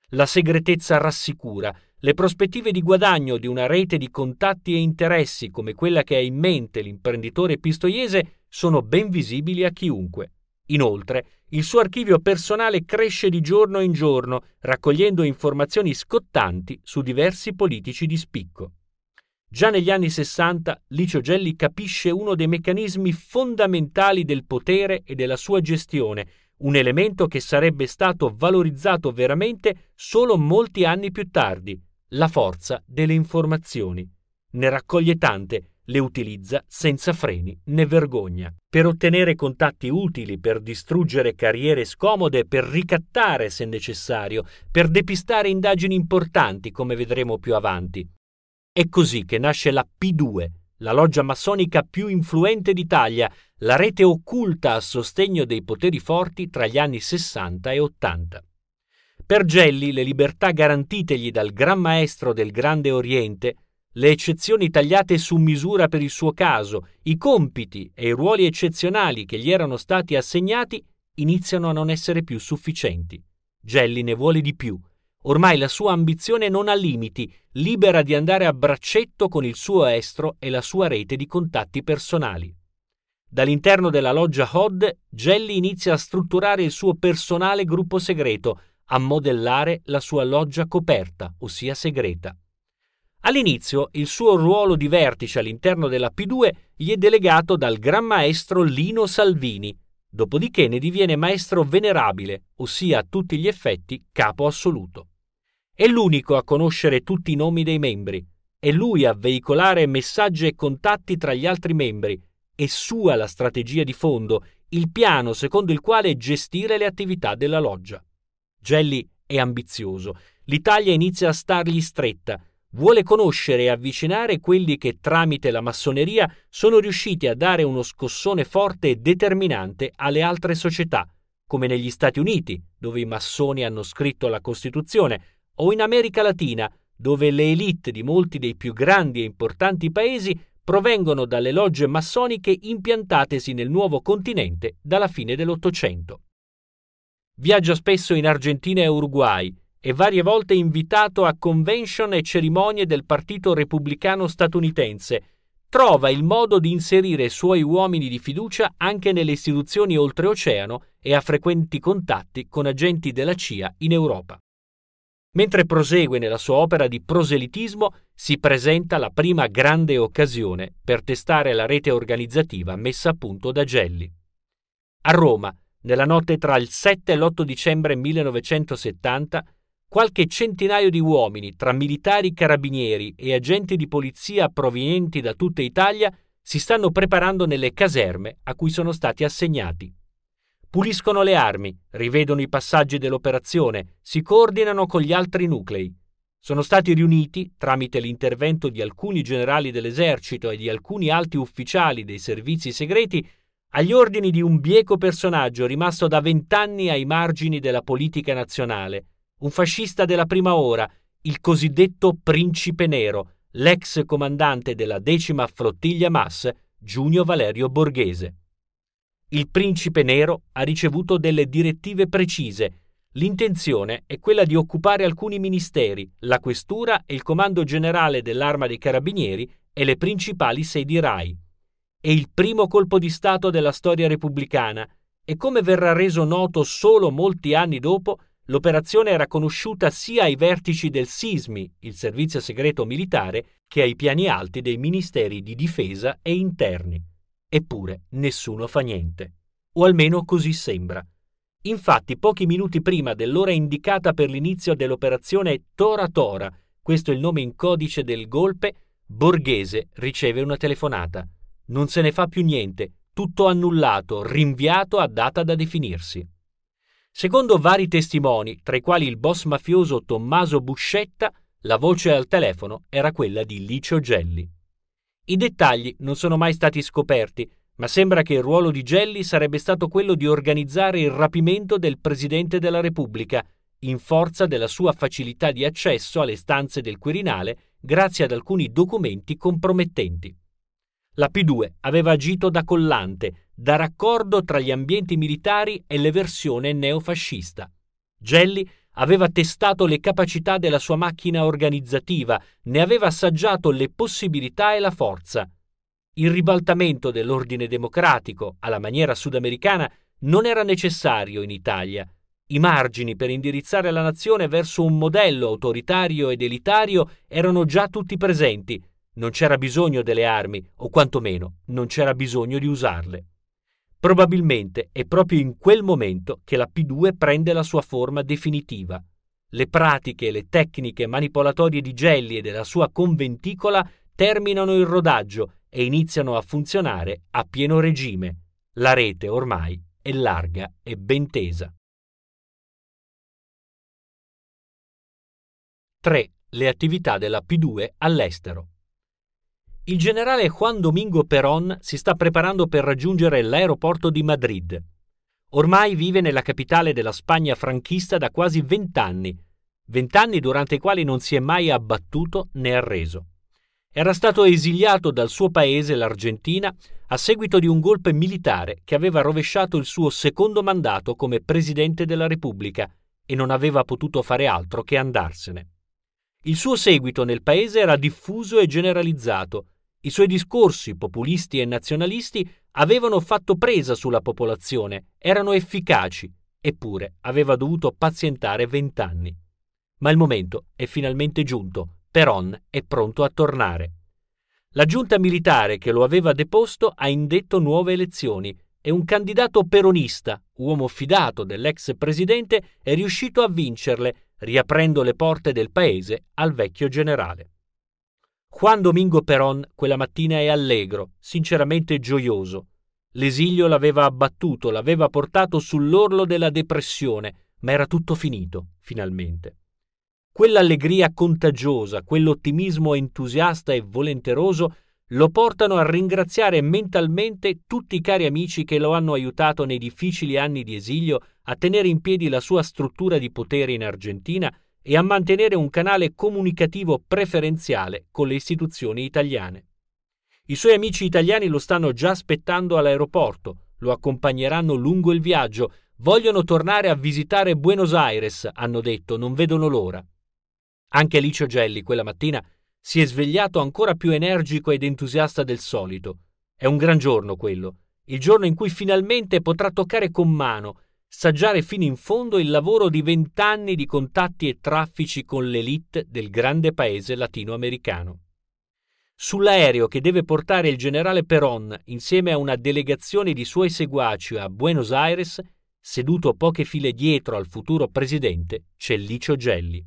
la segretezza rassicura, le prospettive di guadagno di una rete di contatti e interessi come quella che ha in mente l'imprenditore pistoiese sono ben visibili a chiunque. Inoltre, il suo archivio personale cresce di giorno in giorno, raccogliendo informazioni scottanti su diversi politici di spicco. Già negli anni sessanta, Licio Gelli capisce uno dei meccanismi fondamentali del potere e della sua gestione, un elemento che sarebbe stato valorizzato veramente solo molti anni più tardi, la forza delle informazioni. Ne raccoglie tante, le utilizza senza freni né vergogna, per ottenere contatti utili, per distruggere carriere scomode, per ricattare se necessario, per depistare indagini importanti, come vedremo più avanti. È così che nasce la P due, la loggia massonica più influente d'Italia, la rete occulta a sostegno dei poteri forti tra gli anni sessanta e ottanta. Per Gelli le libertà garantitegli dal Gran Maestro del Grande Oriente, le eccezioni tagliate su misura per il suo caso, i compiti e i ruoli eccezionali che gli erano stati assegnati iniziano a non essere più sufficienti. Gelli ne vuole di più. Ormai la sua ambizione non ha limiti, libera di andare a braccetto con il suo estro e la sua rete di contatti personali. Dall'interno della loggia H O D, Gelli inizia a strutturare il suo personale gruppo segreto, a modellare la sua loggia coperta, ossia segreta. All'inizio il suo ruolo di vertice all'interno della P due gli è delegato dal Gran Maestro Lino Salvini, dopodiché ne diviene maestro venerabile, ossia a tutti gli effetti capo assoluto. È l'unico a conoscere tutti i nomi dei membri, è lui a veicolare messaggi e contatti tra gli altri membri, è sua la strategia di fondo, il piano secondo il quale gestire le attività della loggia. Gelli è ambizioso, l'Italia inizia a stargli stretta, vuole conoscere e avvicinare quelli che tramite la massoneria sono riusciti a dare uno scossone forte e determinante alle altre società, come negli Stati Uniti, dove i massoni hanno scritto la Costituzione, o in America Latina, dove le élite di molti dei più grandi e importanti paesi provengono dalle logge massoniche impiantatesi nel nuovo continente dalla fine dell'Ottocento. Viaggia spesso in Argentina e Uruguay, e varie volte invitato a convention e cerimonie del Partito Repubblicano statunitense, trova il modo di inserire i suoi uomini di fiducia anche nelle istituzioni oltreoceano e ha frequenti contatti con agenti della C I A in Europa. Mentre prosegue nella sua opera di proselitismo, si presenta la prima grande occasione per testare la rete organizzativa messa a punto da Gelli. A Roma, nella notte tra il sette e l'otto dicembre millenovecentosettanta, qualche centinaio di uomini, tra militari, carabinieri e agenti di polizia provenienti da tutta Italia, si stanno preparando nelle caserme a cui sono stati assegnati. Puliscono le armi, rivedono i passaggi dell'operazione, si coordinano con gli altri nuclei. Sono stati riuniti, tramite l'intervento di alcuni generali dell'esercito e di alcuni alti ufficiali dei servizi segreti, agli ordini di un bieco personaggio rimasto da vent'anni ai margini della politica nazionale, un fascista della prima ora, il cosiddetto Principe Nero, l'ex comandante della decima flottiglia M A S, Giunio Valerio Borghese. Il Principe Nero ha ricevuto delle direttive precise. L'intenzione è quella di occupare alcuni ministeri, la questura e il comando generale dell'Arma dei Carabinieri e le principali sedi RAI. È il primo colpo di Stato della storia repubblicana e, come verrà reso noto solo molti anni dopo, l'operazione era conosciuta sia ai vertici del SISMI, il servizio segreto militare, che ai piani alti dei ministeri di difesa e interni. Eppure nessuno fa niente. O almeno così sembra. Infatti, pochi minuti prima dell'ora indicata per l'inizio dell'operazione Tora Tora, questo è il nome in codice del golpe, Borghese riceve una telefonata. Non se ne fa più niente, tutto annullato, rinviato a data da definirsi. Secondo vari testimoni, tra i quali il boss mafioso Tommaso Buscetta, la voce al telefono era quella di Licio Gelli. I dettagli non sono mai stati scoperti, ma sembra che il ruolo di Gelli sarebbe stato quello di organizzare il rapimento del Presidente della Repubblica, in forza della sua facilità di accesso alle stanze del Quirinale grazie ad alcuni documenti compromettenti. La P due aveva agito da collante, da raccordo tra gli ambienti militari e l'eversione neofascista. Gelli aveva testato le capacità della sua macchina organizzativa, ne aveva assaggiato le possibilità e la forza. Il ribaltamento dell'ordine democratico, alla maniera sudamericana, non era necessario in Italia. I margini per indirizzare la nazione verso un modello autoritario ed elitario erano già tutti presenti. Non c'era bisogno delle armi, o quantomeno non c'era bisogno di usarle. Probabilmente è proprio in quel momento che la P due prende la sua forma definitiva. Le pratiche e le tecniche manipolatorie di Gelli e della sua conventicola terminano il rodaggio e iniziano a funzionare a pieno regime. La rete ormai è larga e ben tesa. tre. Le attività della P due all'estero. Il generale Juan Domingo Perón si sta preparando per raggiungere l'aeroporto di Madrid. Ormai vive nella capitale della Spagna franchista da quasi vent'anni, vent'anni durante i quali non si è mai abbattuto né arreso. Era stato esiliato dal suo paese, l'Argentina, a seguito di un golpe militare che aveva rovesciato il suo secondo mandato come presidente della Repubblica e non aveva potuto fare altro che andarsene. Il suo seguito nel paese era diffuso e generalizzato. I suoi discorsi populisti e nazionalisti avevano fatto presa sulla popolazione, erano efficaci, eppure aveva dovuto pazientare vent'anni. Ma il momento è finalmente giunto. Perón è pronto a tornare. La giunta militare che lo aveva deposto ha indetto nuove elezioni e un candidato peronista, uomo fidato dell'ex presidente, è riuscito a vincerle, riaprendo le porte del paese al vecchio generale. Juan Domingo Perón quella mattina è allegro, sinceramente gioioso. L'esilio l'aveva abbattuto, l'aveva portato sull'orlo della depressione, ma era tutto finito, finalmente. Quell'allegria contagiosa, quell'ottimismo entusiasta e volenteroso lo portano a ringraziare mentalmente tutti i cari amici che lo hanno aiutato nei difficili anni di esilio a tenere in piedi la sua struttura di potere in Argentina e a mantenere un canale comunicativo preferenziale con le istituzioni italiane. I suoi amici italiani lo stanno già aspettando all'aeroporto, lo accompagneranno lungo il viaggio, vogliono tornare a visitare Buenos Aires, hanno detto, non vedono l'ora. Anche Licio Gelli quella mattina si è svegliato ancora più energico ed entusiasta del solito. È un gran giorno quello, il giorno in cui finalmente potrà toccare con mano, saggiare fino in fondo il lavoro di vent'anni di contatti e traffici con l'élite del grande paese latinoamericano. Sull'aereo che deve portare il generale Perón insieme a una delegazione di suoi seguaci a Buenos Aires, seduto poche file dietro al futuro presidente, c'è Licio Gelli.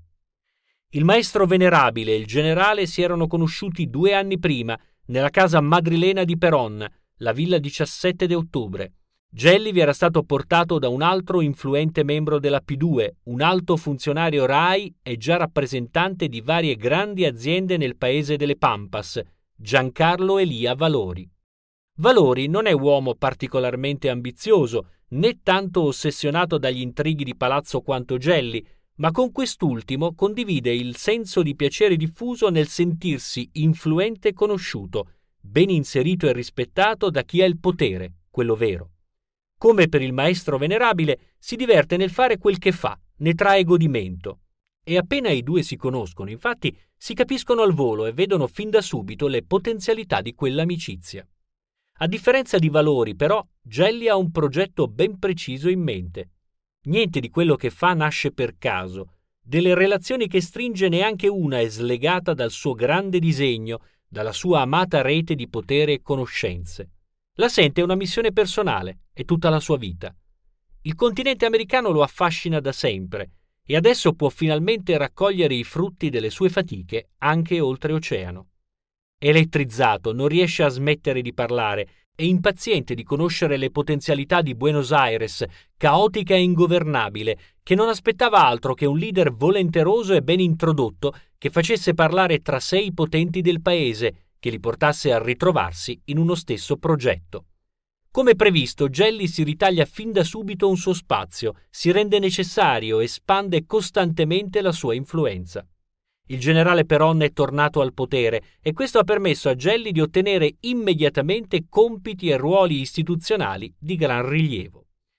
Il maestro venerabile e il generale si erano conosciuti due anni prima nella casa madrilena di Perón, la villa diciassette di ottobre. Gelli vi era stato portato da un altro influente membro della P due, un alto funzionario RAI e già rappresentante di varie grandi aziende nel paese delle Pampas, Giancarlo Elia Valori. Valori non è uomo particolarmente ambizioso, né tanto ossessionato dagli intrighi di palazzo quanto Gelli, ma con quest'ultimo condivide il senso di piacere diffuso nel sentirsi influente e conosciuto, ben inserito e rispettato da chi ha il potere, quello vero. Come per il maestro venerabile, si diverte nel fare quel che fa, ne trae godimento. E appena i due si conoscono, infatti, si capiscono al volo e vedono fin da subito le potenzialità di quell'amicizia. A differenza di Valori, però, Gelli ha un progetto ben preciso in mente. Niente di quello che fa nasce per caso. Delle relazioni che stringe neanche una è slegata dal suo grande disegno, dalla sua amata rete di potere e conoscenze. La sente una missione personale, è tutta la sua vita. Il continente americano lo affascina da sempre e adesso può finalmente raccogliere i frutti delle sue fatiche anche oltreoceano. Elettrizzato, non riesce a smettere di parlare, è impaziente di conoscere le potenzialità di Buenos Aires, caotica e ingovernabile, che non aspettava altro che un leader volenteroso e ben introdotto che facesse parlare tra sé i potenti del paese, che li portasse a ritrovarsi in uno stesso progetto. Come previsto, Gelli si ritaglia fin da subito un suo spazio, si rende necessario e espande costantemente la sua influenza. Il generale Perón è tornato al potere e questo ha permesso a Gelli di ottenere immediatamente compiti e ruoli istituzionali di gran rilievo.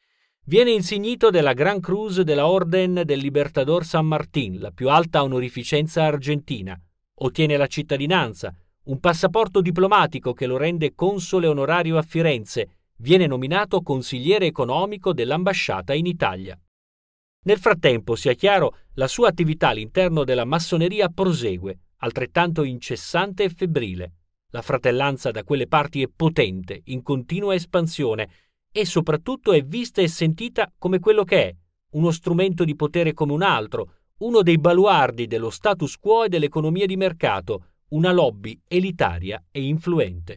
Viene insignito della Gran Cruz della Orden del Libertador San Martín, la più alta onorificenza argentina. Ottiene la cittadinanza, un passaporto diplomatico che lo rende console onorario a Firenze. Viene nominato consigliere economico dell'ambasciata in Italia. Nel frattempo, sia chiaro, la sua attività all'interno della massoneria prosegue, altrettanto incessante e febbrile. La fratellanza da quelle parti è potente, in continua espansione, e soprattutto è vista e sentita come quello che è, uno strumento di potere come un altro, uno dei baluardi dello status quo e dell'economia di mercato, una lobby elitaria e influente.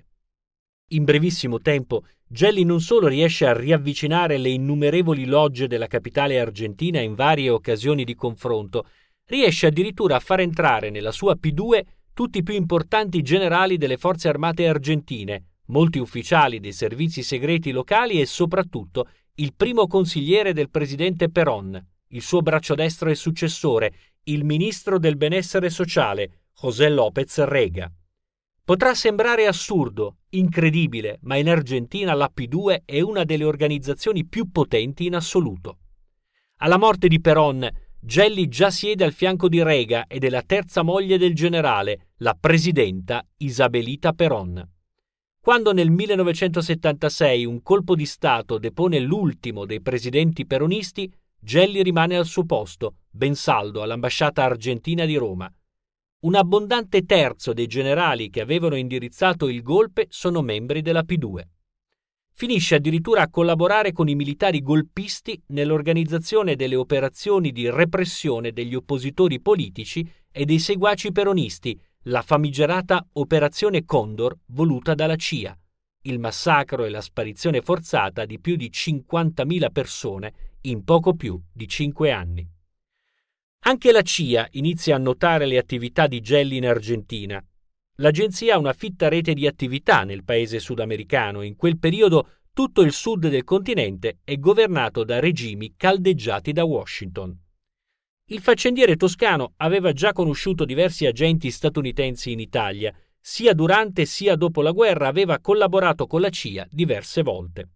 In brevissimo tempo, Gelli non solo riesce a riavvicinare le innumerevoli logge della capitale argentina in varie occasioni di confronto, riesce addirittura a far entrare nella sua P due tutti i più importanti generali delle forze armate argentine, molti ufficiali dei servizi segreti locali e soprattutto il primo consigliere del presidente Perón, il suo braccio destro e successore, il ministro del benessere sociale, José López Rega. Potrà sembrare assurdo, incredibile, ma in Argentina la P due è una delle organizzazioni più potenti in assoluto. Alla morte di Perón, Gelli già siede al fianco di Rega e della terza moglie del generale, la presidenta Isabelita Perón. Quando nel millenovecentosettantasei un colpo di Stato depone l'ultimo dei presidenti peronisti, Gelli rimane al suo posto, ben saldo all'ambasciata argentina di Roma. Un abbondante terzo dei generali che avevano indirizzato il golpe sono membri della P due. Finisce addirittura a collaborare con i militari golpisti nell'organizzazione delle operazioni di repressione degli oppositori politici e dei seguaci peronisti, la famigerata Operazione Condor voluta dalla C I A, il massacro e la sparizione forzata di più di cinquantamila persone in poco più di cinque anni. Anche la C I A inizia a notare le attività di Gelli in Argentina. L'agenzia ha una fitta rete di attività nel paese sudamericano. In quel periodo tutto il sud del continente è governato da regimi caldeggiati da Washington. Il faccendiere toscano aveva già conosciuto diversi agenti statunitensi in Italia. Sia durante sia dopo la guerra aveva collaborato con la C I A diverse volte.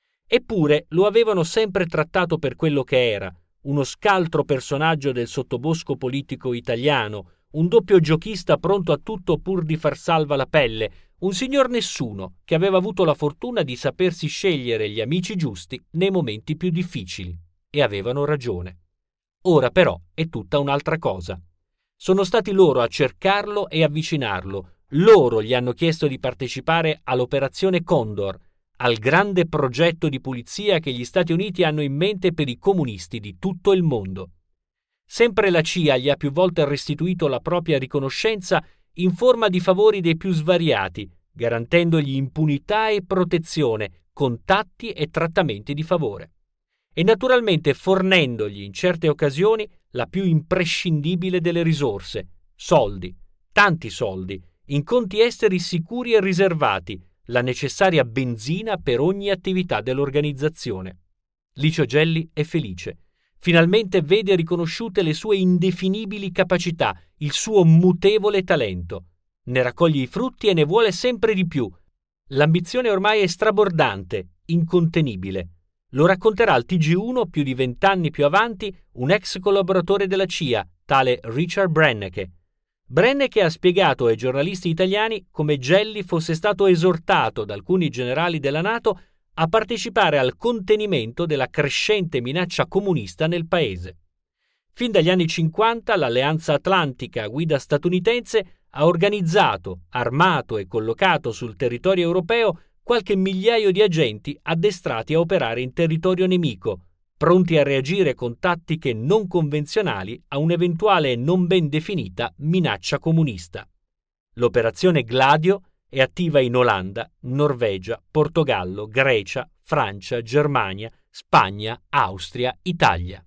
Eppure lo avevano sempre trattato per quello che era, uno scaltro personaggio del sottobosco politico italiano, un doppio giochista pronto a tutto pur di far salva la pelle, un signor nessuno che aveva avuto la fortuna di sapersi scegliere gli amici giusti nei momenti più difficili. E avevano ragione. Ora però è tutta un'altra cosa. Sono stati loro a cercarlo e avvicinarlo. Loro gli hanno chiesto di partecipare all'Operazione Condor, al grande progetto di pulizia che gli Stati Uniti hanno in mente per i comunisti di tutto il mondo. Sempre la C I A gli ha più volte restituito la propria riconoscenza in forma di favori dei più svariati, garantendogli impunità e protezione, contatti e trattamenti di favore. E naturalmente fornendogli in certe occasioni la più imprescindibile delle risorse, soldi, tanti soldi, in conti esteri sicuri e riservati, la necessaria benzina per ogni attività dell'organizzazione. Licio Gelli è felice. Finalmente vede riconosciute le sue indefinibili capacità, il suo mutevole talento. Ne raccoglie i frutti e ne vuole sempre di più. L'ambizione ormai è strabordante, incontenibile. Lo racconterà al T G uno più di vent'anni più avanti un ex collaboratore della C I A, tale Richard Brennecke. Brennecke ha spiegato ai giornalisti italiani come Gelli fosse stato esortato da alcuni generali della NATO a partecipare al contenimento della crescente minaccia comunista nel paese. Fin dagli anni cinquanta l'Alleanza Atlantica a guida statunitense ha organizzato, armato e collocato sul territorio europeo qualche migliaio di agenti addestrati a operare in territorio nemico, pronti a reagire con tattiche non convenzionali a un'eventuale e non ben definita minaccia comunista. L'operazione Gladio è attiva in Olanda, Norvegia, Portogallo, Grecia, Francia, Germania, Spagna, Austria, Italia.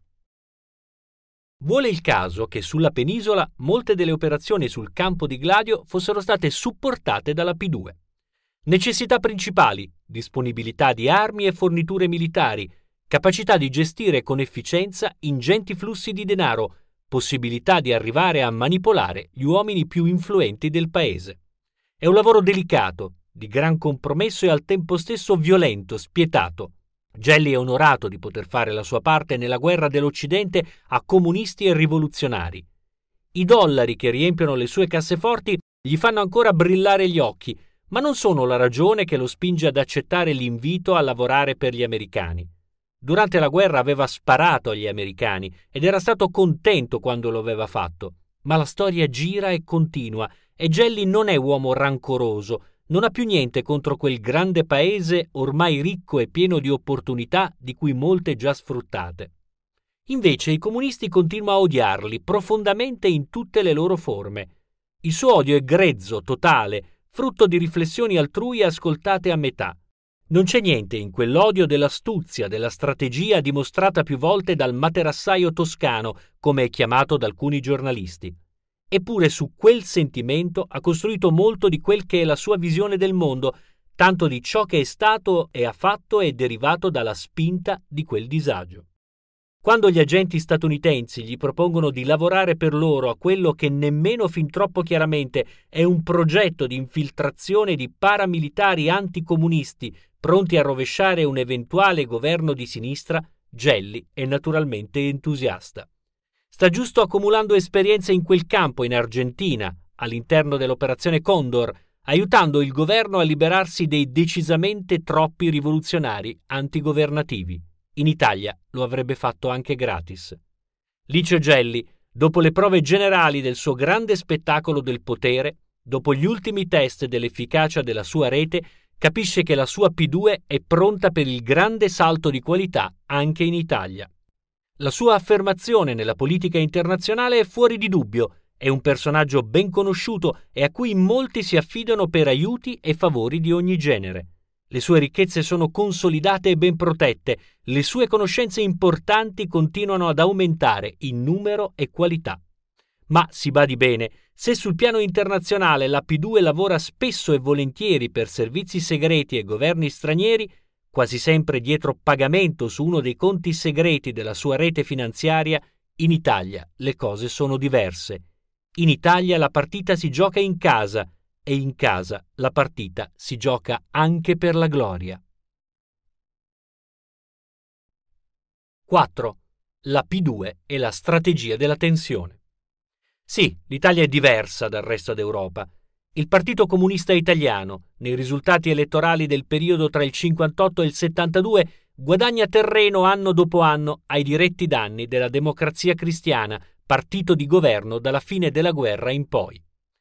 Vuole il caso che sulla penisola molte delle operazioni sul campo di Gladio fossero state supportate dalla P due. Necessità principali: disponibilità di armi e forniture militari, capacità di gestire con efficienza ingenti flussi di denaro, possibilità di arrivare a manipolare gli uomini più influenti del paese. È un lavoro delicato, di gran compromesso e al tempo stesso violento, spietato. Gelli è onorato di poter fare la sua parte nella guerra dell'Occidente a comunisti e rivoluzionari. I dollari che riempiono le sue casseforti gli fanno ancora brillare gli occhi, ma non sono la ragione che lo spinge ad accettare l'invito a lavorare per gli americani. Durante la guerra aveva sparato agli americani ed era stato contento quando lo aveva fatto, ma la storia gira e continua e Gelli non è uomo rancoroso, non ha più niente contro quel grande paese ormai ricco e pieno di opportunità di cui molte già sfruttate. Invece i comunisti continuano a odiarli profondamente in tutte le loro forme. Il suo odio è grezzo, totale, frutto di riflessioni altrui ascoltate a metà. Non c'è niente in quell'odio dell'astuzia, della strategia dimostrata più volte dal materassaio toscano, come è chiamato da alcuni giornalisti. Eppure su quel sentimento ha costruito molto di quel che è la sua visione del mondo, tanto di ciò che è stato e ha fatto è derivato dalla spinta di quel disagio. Quando gli agenti statunitensi gli propongono di lavorare per loro a quello che nemmeno fin troppo chiaramente è un progetto di infiltrazione di paramilitari anticomunisti pronti a rovesciare un eventuale governo di sinistra, Gelli è naturalmente entusiasta. Sta giusto accumulando esperienze in quel campo in Argentina, all'interno dell'operazione Condor, aiutando il governo a liberarsi dei decisamente troppi rivoluzionari antigovernativi. In Italia lo avrebbe fatto anche gratis. Licio Gelli, dopo le prove generali del suo grande spettacolo del potere, dopo gli ultimi test dell'efficacia della sua rete, capisce che la sua P due è pronta per il grande salto di qualità anche in Italia. La sua affermazione nella politica internazionale è fuori di dubbio, è un personaggio ben conosciuto e a cui molti si affidano per aiuti e favori di ogni genere. Le sue ricchezze sono consolidate e ben protette, le sue conoscenze importanti continuano ad aumentare in numero e qualità. Ma si badi bene, se sul piano internazionale la P due lavora spesso e volentieri per servizi segreti e governi stranieri, quasi sempre dietro pagamento su uno dei conti segreti della sua rete finanziaria, in Italia le cose sono diverse. In Italia la partita si gioca in casa e in casa la partita si gioca anche per la gloria. quattro. La P due e la strategia della tensione. Sì, l'Italia è diversa dal resto d'Europa. Il Partito Comunista Italiano, nei risultati elettorali del periodo tra il cinquantotto e il settantadue, guadagna terreno anno dopo anno ai diretti danni della Democrazia Cristiana, partito di governo dalla fine della guerra in poi.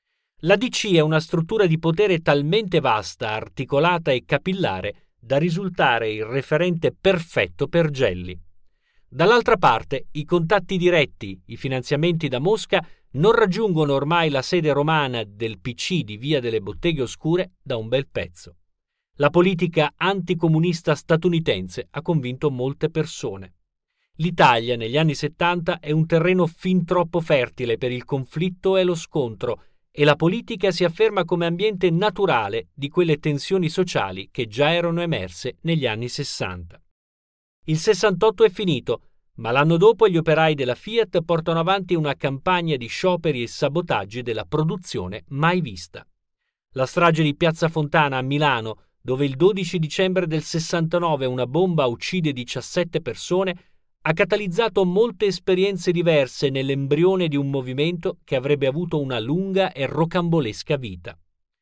La D C è una struttura di potere talmente vasta, articolata e capillare da risultare il referente perfetto per Gelli. Dall'altra parte, i contatti diretti, i finanziamenti da Mosca non raggiungono ormai la sede romana del P C di Via delle Botteghe Oscure da un bel pezzo. La politica anticomunista statunitense ha convinto molte persone. L'Italia negli anni settanta è un terreno fin troppo fertile per il conflitto e lo scontro e la politica si afferma come ambiente naturale di quelle tensioni sociali che già erano emerse negli anni sessanta. Il sessantotto è finito, ma l'anno dopo gli operai della Fiat portano avanti una campagna di scioperi e sabotaggi della produzione mai vista. La strage di Piazza Fontana a Milano, dove il dodici dicembre del sessantanove una bomba uccide diciassette persone, ha catalizzato molte esperienze diverse nell'embrione di un movimento che avrebbe avuto una lunga e rocambolesca vita.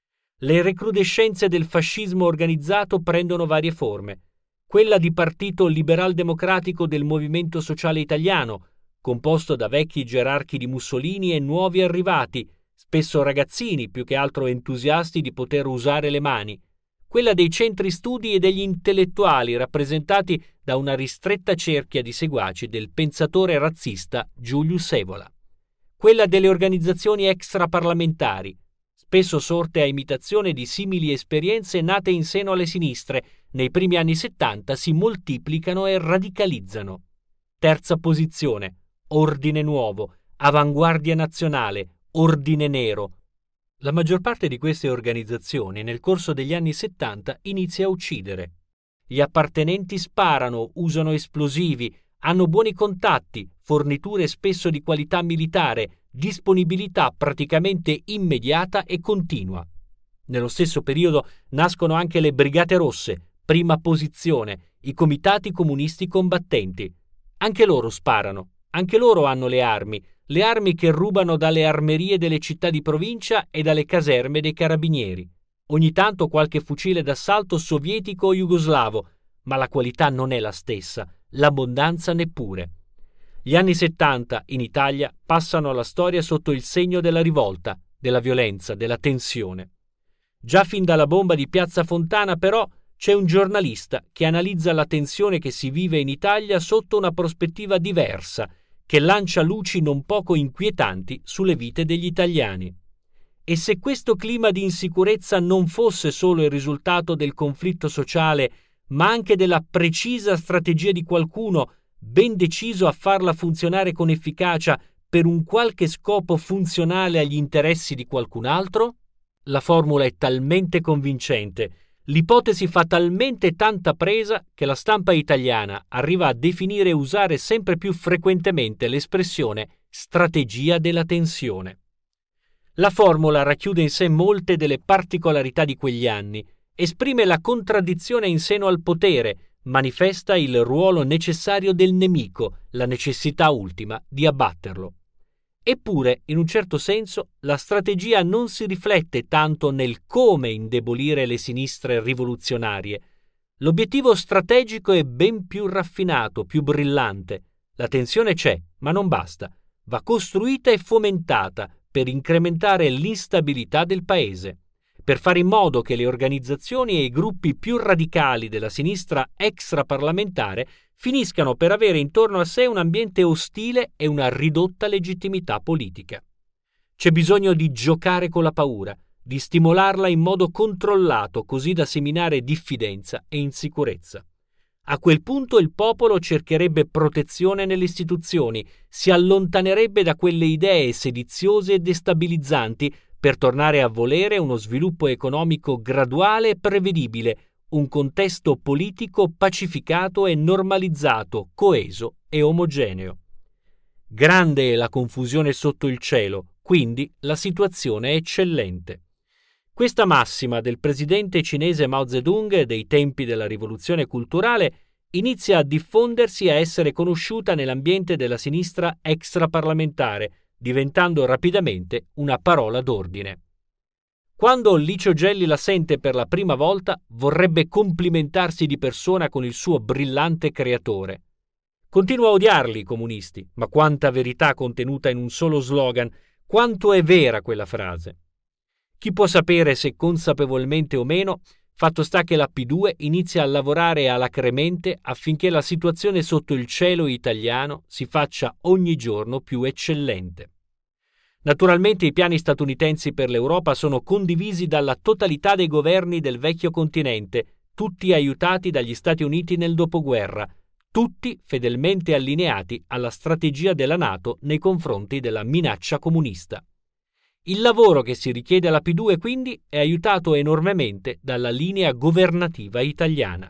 Le recrudescenze del fascismo organizzato prendono varie forme. Quella di partito liberal-democratico del Movimento Sociale Italiano, composto da vecchi gerarchi di Mussolini e nuovi arrivati, spesso ragazzini più che altro entusiasti di poter usare le mani. Quella dei centri studi e degli intellettuali rappresentati da una ristretta cerchia di seguaci del pensatore razzista Julius Evola. Quella delle organizzazioni extraparlamentari, spesso sorte a imitazione di simili esperienze nate in seno alle sinistre, nei primi anni settanta si moltiplicano e radicalizzano. Terza posizione, Ordine Nuovo, Avanguardia Nazionale, Ordine Nero. La maggior parte di queste organizzazioni nel corso degli anni settanta inizia a uccidere. Gli appartenenti sparano, usano esplosivi, hanno buoni contatti, forniture spesso di qualità militare, disponibilità praticamente immediata e continua. Nello stesso periodo nascono anche le Brigate Rosse, prima posizione, i comitati comunisti combattenti. Anche loro sparano, anche loro hanno le armi, le armi che rubano dalle armerie delle città di provincia e dalle caserme dei carabinieri. Ogni tanto qualche fucile d'assalto sovietico o jugoslavo, ma la qualità non è la stessa, l'abbondanza neppure. Gli anni settanta in Italia passano alla storia sotto il segno della rivolta, della violenza, della tensione. Già fin dalla bomba di Piazza Fontana, però, c'è un giornalista che analizza la tensione che si vive in Italia sotto una prospettiva diversa, che lancia luci non poco inquietanti sulle vite degli italiani. E se questo clima di insicurezza non fosse solo il risultato del conflitto sociale, ma anche della precisa strategia di qualcuno ben deciso a farla funzionare con efficacia per un qualche scopo funzionale agli interessi di qualcun altro? La formula è talmente convincente, l'ipotesi fa talmente tanta presa che la stampa italiana arriva a definire e usare sempre più frequentemente l'espressione strategia della tensione. La formula racchiude in sé molte delle particolarità di quegli anni, esprime la contraddizione in seno al potere, manifesta il ruolo necessario del nemico, la necessità ultima di abbatterlo. Eppure, in un certo senso, la strategia non si riflette tanto nel come indebolire le sinistre rivoluzionarie. L'obiettivo strategico è ben più raffinato, più brillante. La tensione c'è, ma non basta. Va costruita e fomentata per incrementare l'instabilità del paese, per fare in modo che le organizzazioni e i gruppi più radicali della sinistra extraparlamentare finiscano per avere intorno a sé un ambiente ostile e una ridotta legittimità politica. C'è bisogno di giocare con la paura, di stimolarla in modo controllato così da seminare diffidenza e insicurezza. A quel punto il popolo cercherebbe protezione nelle istituzioni, si allontanerebbe da quelle idee sediziose e destabilizzanti per tornare a volere uno sviluppo economico graduale e prevedibile, un contesto politico pacificato e normalizzato, coeso e omogeneo. Grande è la confusione sotto il cielo, quindi la situazione è eccellente. Questa massima del presidente cinese Mao Zedong dei tempi della rivoluzione culturale inizia a diffondersi e a essere conosciuta nell'ambiente della sinistra extraparlamentare, diventando rapidamente una parola d'ordine. Quando Licio Gelli la sente per la prima volta, vorrebbe complimentarsi di persona con il suo brillante creatore. Continua a odiarli i comunisti, ma quanta verità contenuta in un solo slogan, quanto è vera quella frase. Chi può sapere se consapevolmente o meno, fatto sta che la P due inizia a lavorare alacremente affinché la situazione sotto il cielo italiano si faccia ogni giorno più eccellente. Naturalmente i piani statunitensi per l'Europa sono condivisi dalla totalità dei governi del vecchio continente, tutti aiutati dagli Stati Uniti nel dopoguerra, tutti fedelmente allineati alla strategia della NATO nei confronti della minaccia comunista. Il lavoro che si richiede alla P due quindi è aiutato enormemente dalla linea governativa italiana.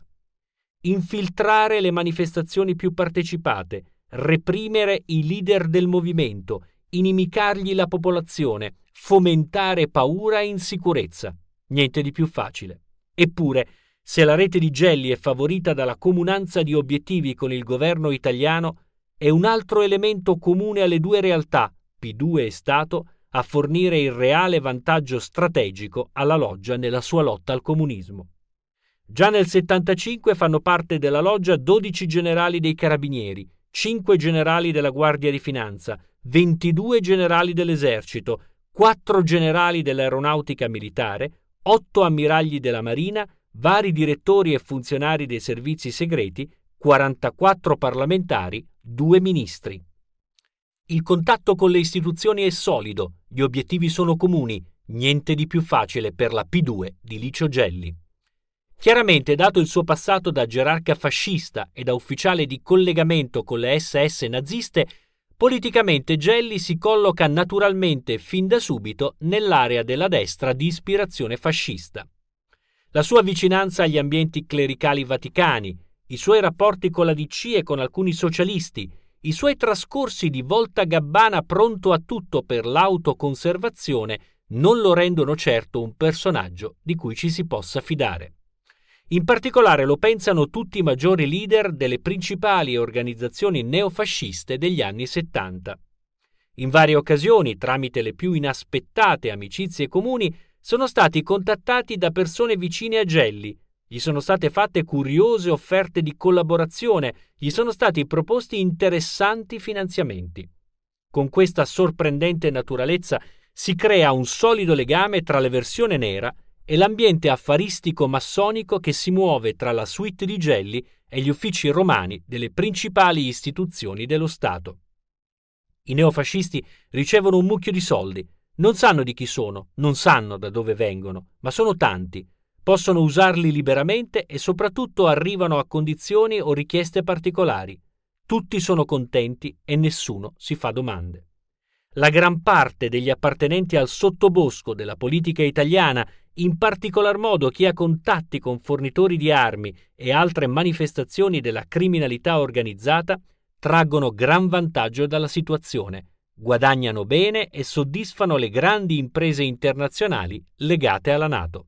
Infiltrare le manifestazioni più partecipate, reprimere i leader del movimento, inimicargli la popolazione, fomentare paura e insicurezza. Niente di più facile. Eppure, se la rete di Gelli è favorita dalla comunanza di obiettivi con il governo italiano, è un altro elemento comune alle due realtà, P due e Stato, a fornire il reale vantaggio strategico alla loggia nella sua lotta al comunismo. Già nel settantacinque fanno parte della loggia dodici generali dei carabinieri, cinque generali della Guardia di Finanza, ventidue generali dell'esercito, quattro generali dell'aeronautica militare, otto ammiragli della Marina, vari direttori e funzionari dei servizi segreti, quarantaquattro parlamentari, due ministri. Il contatto con le istituzioni è solido, gli obiettivi sono comuni, niente di più facile per la P due di Licio Gelli. Chiaramente, dato il suo passato da gerarca fascista e da ufficiale di collegamento con le S S naziste, politicamente Gelli si colloca naturalmente fin da subito nell'area della destra di ispirazione fascista. La sua vicinanza agli ambienti clericali vaticani, i suoi rapporti con la D C e con alcuni socialisti, i suoi trascorsi di voltagabbana pronto a tutto per l'autoconservazione non lo rendono certo un personaggio di cui ci si possa fidare. In particolare lo pensano tutti i maggiori leader delle principali organizzazioni neofasciste degli anni settanta. In varie occasioni, tramite le più inaspettate amicizie comuni, sono stati contattati da persone vicine a Gelli, gli sono state fatte curiose offerte di collaborazione, gli sono stati proposti interessanti finanziamenti. Con questa sorprendente naturalezza si crea un solido legame tra l'eversione nera e l'ambiente affaristico massonico che si muove tra la suite di Gelli e gli uffici romani delle principali istituzioni dello Stato. I neofascisti ricevono un mucchio di soldi, non sanno di chi sono, non sanno da dove vengono, ma sono tanti, possono usarli liberamente e soprattutto arrivano a condizioni o richieste particolari. Tutti sono contenti e nessuno si fa domande. La gran parte degli appartenenti al sottobosco della politica italiana, in particolar modo chi ha contatti con fornitori di armi e altre manifestazioni della criminalità organizzata, traggono gran vantaggio dalla situazione, guadagnano bene e soddisfano le grandi imprese internazionali legate alla NATO.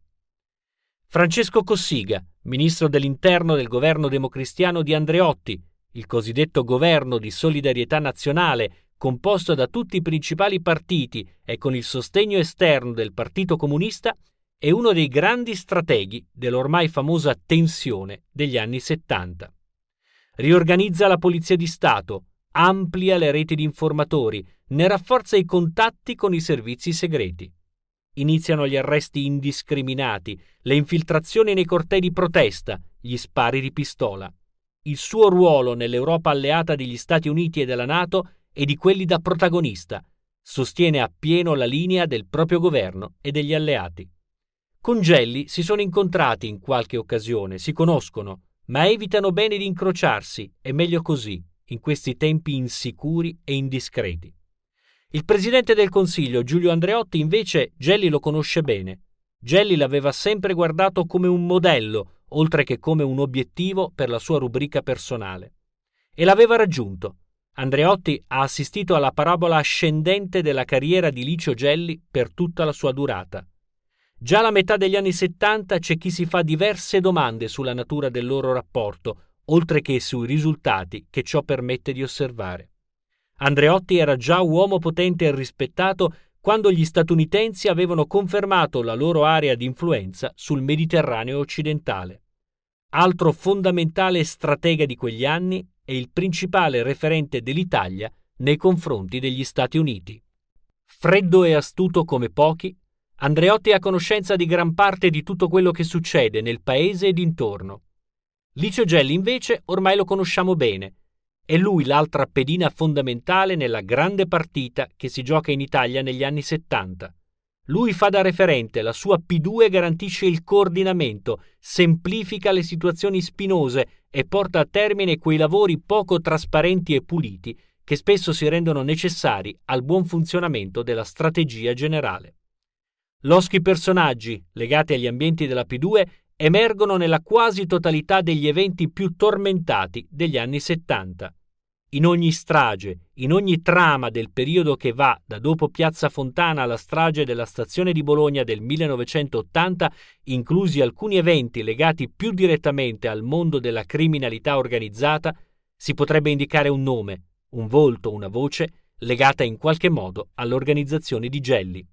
Francesco Cossiga, ministro dell'Interno del governo democristiano di Andreotti, il cosiddetto governo di solidarietà nazionale, composto da tutti i principali partiti e con il sostegno esterno del Partito Comunista, è uno dei grandi strateghi dell'ormai famosa tensione degli anni settanta. Riorganizza la Polizia di Stato, amplia le reti di informatori, ne rafforza i contatti con i servizi segreti. Iniziano gli arresti indiscriminati, le infiltrazioni nei cortei di protesta, gli spari di pistola. Il suo ruolo nell'Europa alleata degli Stati Uniti e della NATO è di quelli da protagonista. Sostiene appieno la linea del proprio governo e degli alleati. Con Gelli si sono incontrati in qualche occasione, si conoscono, ma evitano bene di incrociarsi, è meglio così, in questi tempi insicuri e indiscreti. Il presidente del Consiglio, Giulio Andreotti, invece, Gelli lo conosce bene. Gelli l'aveva sempre guardato come un modello, oltre che come un obiettivo per la sua rubrica personale. E l'aveva raggiunto. Andreotti ha assistito alla parabola ascendente della carriera di Licio Gelli per tutta la sua durata. Già alla metà degli anni settanta c'è chi si fa diverse domande sulla natura del loro rapporto, oltre che sui risultati che ciò permette di osservare. Andreotti era già uomo potente e rispettato quando gli statunitensi avevano confermato la loro area di influenza sul Mediterraneo occidentale. Altro fondamentale stratega di quegli anni è il principale referente dell'Italia nei confronti degli Stati Uniti. Freddo e astuto come pochi, Andreotti ha conoscenza di gran parte di tutto quello che succede nel paese e dintorno. Licio Gelli invece ormai lo conosciamo bene. È lui l'altra pedina fondamentale nella grande partita che si gioca in Italia negli anni settanta. Lui fa da referente, la sua P due garantisce il coordinamento, semplifica le situazioni spinose e porta a termine quei lavori poco trasparenti e puliti che spesso si rendono necessari al buon funzionamento della strategia generale. Loschi personaggi legati agli ambienti della P due emergono nella quasi totalità degli eventi più tormentati degli anni settanta. In ogni strage, in ogni trama del periodo che va da dopo Piazza Fontana alla strage della stazione di Bologna del millenovecentottanta, inclusi alcuni eventi legati più direttamente al mondo della criminalità organizzata, si potrebbe indicare un nome, un volto, una voce legata in qualche modo all'organizzazione di Gelli.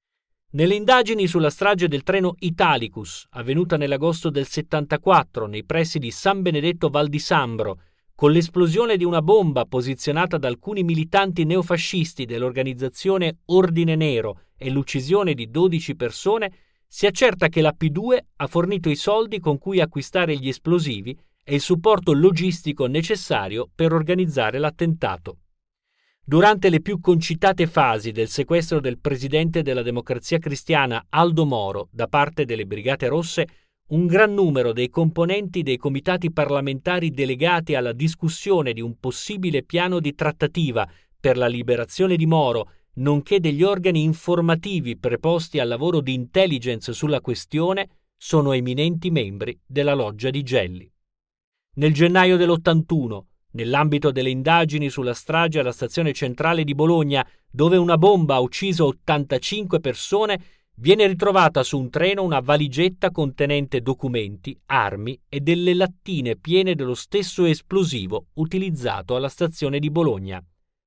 Nelle indagini sulla strage del treno Italicus, avvenuta nell'agosto del settantaquattro nei pressi di San Benedetto Val di Sambro, con l'esplosione di una bomba posizionata da alcuni militanti neofascisti dell'organizzazione Ordine Nero e l'uccisione di dodici persone, si accerta che la P due ha fornito i soldi con cui acquistare gli esplosivi e il supporto logistico necessario per organizzare l'attentato. Durante le più concitate fasi del sequestro del presidente della Democrazia Cristiana Aldo Moro da parte delle Brigate Rosse, un gran numero dei componenti dei comitati parlamentari delegati alla discussione di un possibile piano di trattativa per la liberazione di Moro, nonché degli organi informativi preposti al lavoro di intelligence sulla questione, sono eminenti membri della loggia di Gelli. Nel gennaio dell'ottantuno, nell'ambito delle indagini sulla strage alla stazione centrale di Bologna, dove una bomba ha ucciso ottantacinque persone, Viene ritrovata su un treno una valigetta contenente documenti, armi e delle lattine piene dello stesso esplosivo utilizzato alla stazione di Bologna.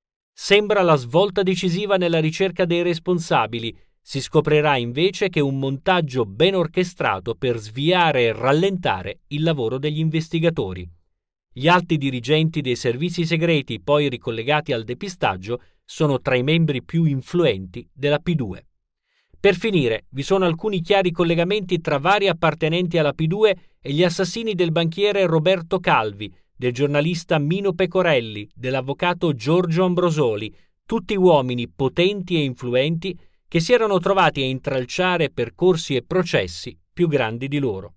Sembra la svolta decisiva nella ricerca dei responsabili. Si scoprirà invece che è un montaggio ben orchestrato per sviare e rallentare il lavoro degli investigatori. Gli alti dirigenti dei servizi segreti, poi ricollegati al depistaggio, sono tra i membri più influenti della P due. Per finire, vi sono alcuni chiari collegamenti tra vari appartenenti alla P due e gli assassini del banchiere Roberto Calvi, del giornalista Mino Pecorelli, dell'avvocato Giorgio Ambrosoli, tutti uomini potenti e influenti che si erano trovati a intralciare percorsi e processi più grandi di loro.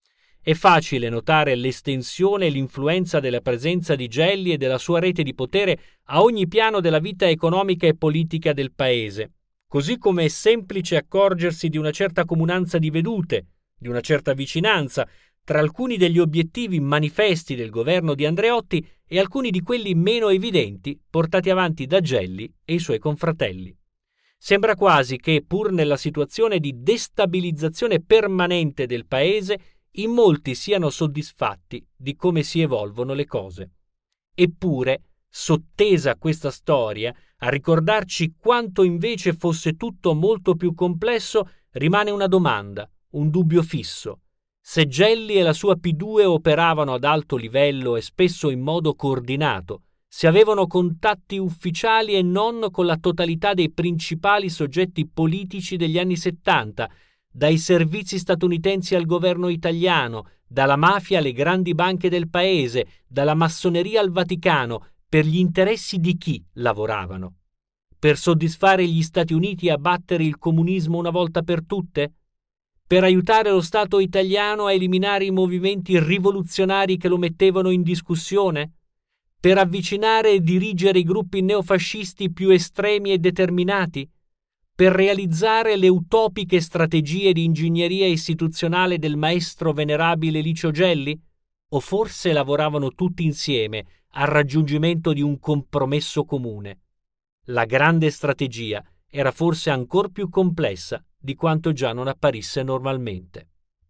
È facile notare l'estensione e l'influenza della presenza di Gelli e della sua rete di potere a ogni piano della vita economica e politica del paese, così come è semplice accorgersi di una certa comunanza di vedute, di una certa vicinanza tra alcuni degli obiettivi manifesti del governo di Andreotti e alcuni di quelli meno evidenti portati avanti da Gelli e i suoi confratelli. Sembra quasi che, pur nella situazione di destabilizzazione permanente del paese, in molti siano soddisfatti di come si evolvono le cose. Eppure, sottesa questa storia, a ricordarci quanto invece fosse tutto molto più complesso, rimane una domanda, un dubbio fisso. Se Gelli e la sua P due operavano ad alto livello e spesso in modo coordinato, se avevano contatti ufficiali e non con la totalità dei principali soggetti politici degli anni settanta, dai servizi statunitensi al governo italiano, dalla mafia alle grandi banche del paese, dalla massoneria al Vaticano, per gli interessi di chi lavoravano? Per soddisfare gli Stati Uniti a battere il comunismo una volta per tutte? Per aiutare lo Stato italiano a eliminare i movimenti rivoluzionari che lo mettevano in discussione? Per avvicinare e dirigere i gruppi neofascisti più estremi e determinati? Per realizzare le utopiche strategie di ingegneria istituzionale del maestro venerabile Licio Gelli? O forse lavoravano tutti insieme al raggiungimento di un compromesso comune? La grande strategia era forse ancor più complessa di quanto già non apparisse normalmente.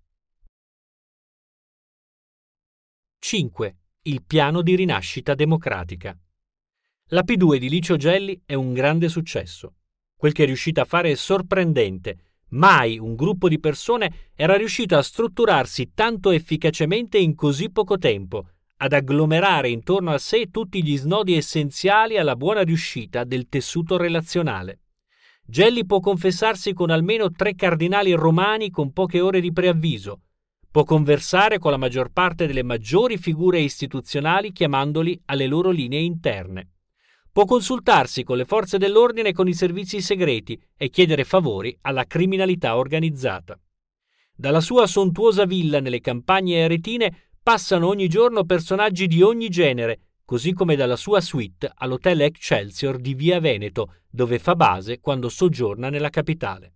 cinque. Il piano di rinascita democratica. La P due di Licio Gelli è un grande successo. Quel che è riuscita a fare è sorprendente. Mai un gruppo di persone era riuscito a strutturarsi tanto efficacemente in così poco tempo, ad agglomerare intorno a sé tutti gli snodi essenziali alla buona riuscita del tessuto relazionale. Gelli può confessarsi con almeno tre cardinali romani con poche ore di preavviso. Può conversare con la maggior parte delle maggiori figure istituzionali chiamandoli alle loro linee interne. Può consultarsi con le forze dell'ordine e con i servizi segreti e chiedere favori alla criminalità organizzata. Dalla sua sontuosa villa nelle campagne aretine passano ogni giorno personaggi di ogni genere, così come dalla sua suite all'Hotel Excelsior di Via Veneto, dove fa base quando soggiorna nella capitale.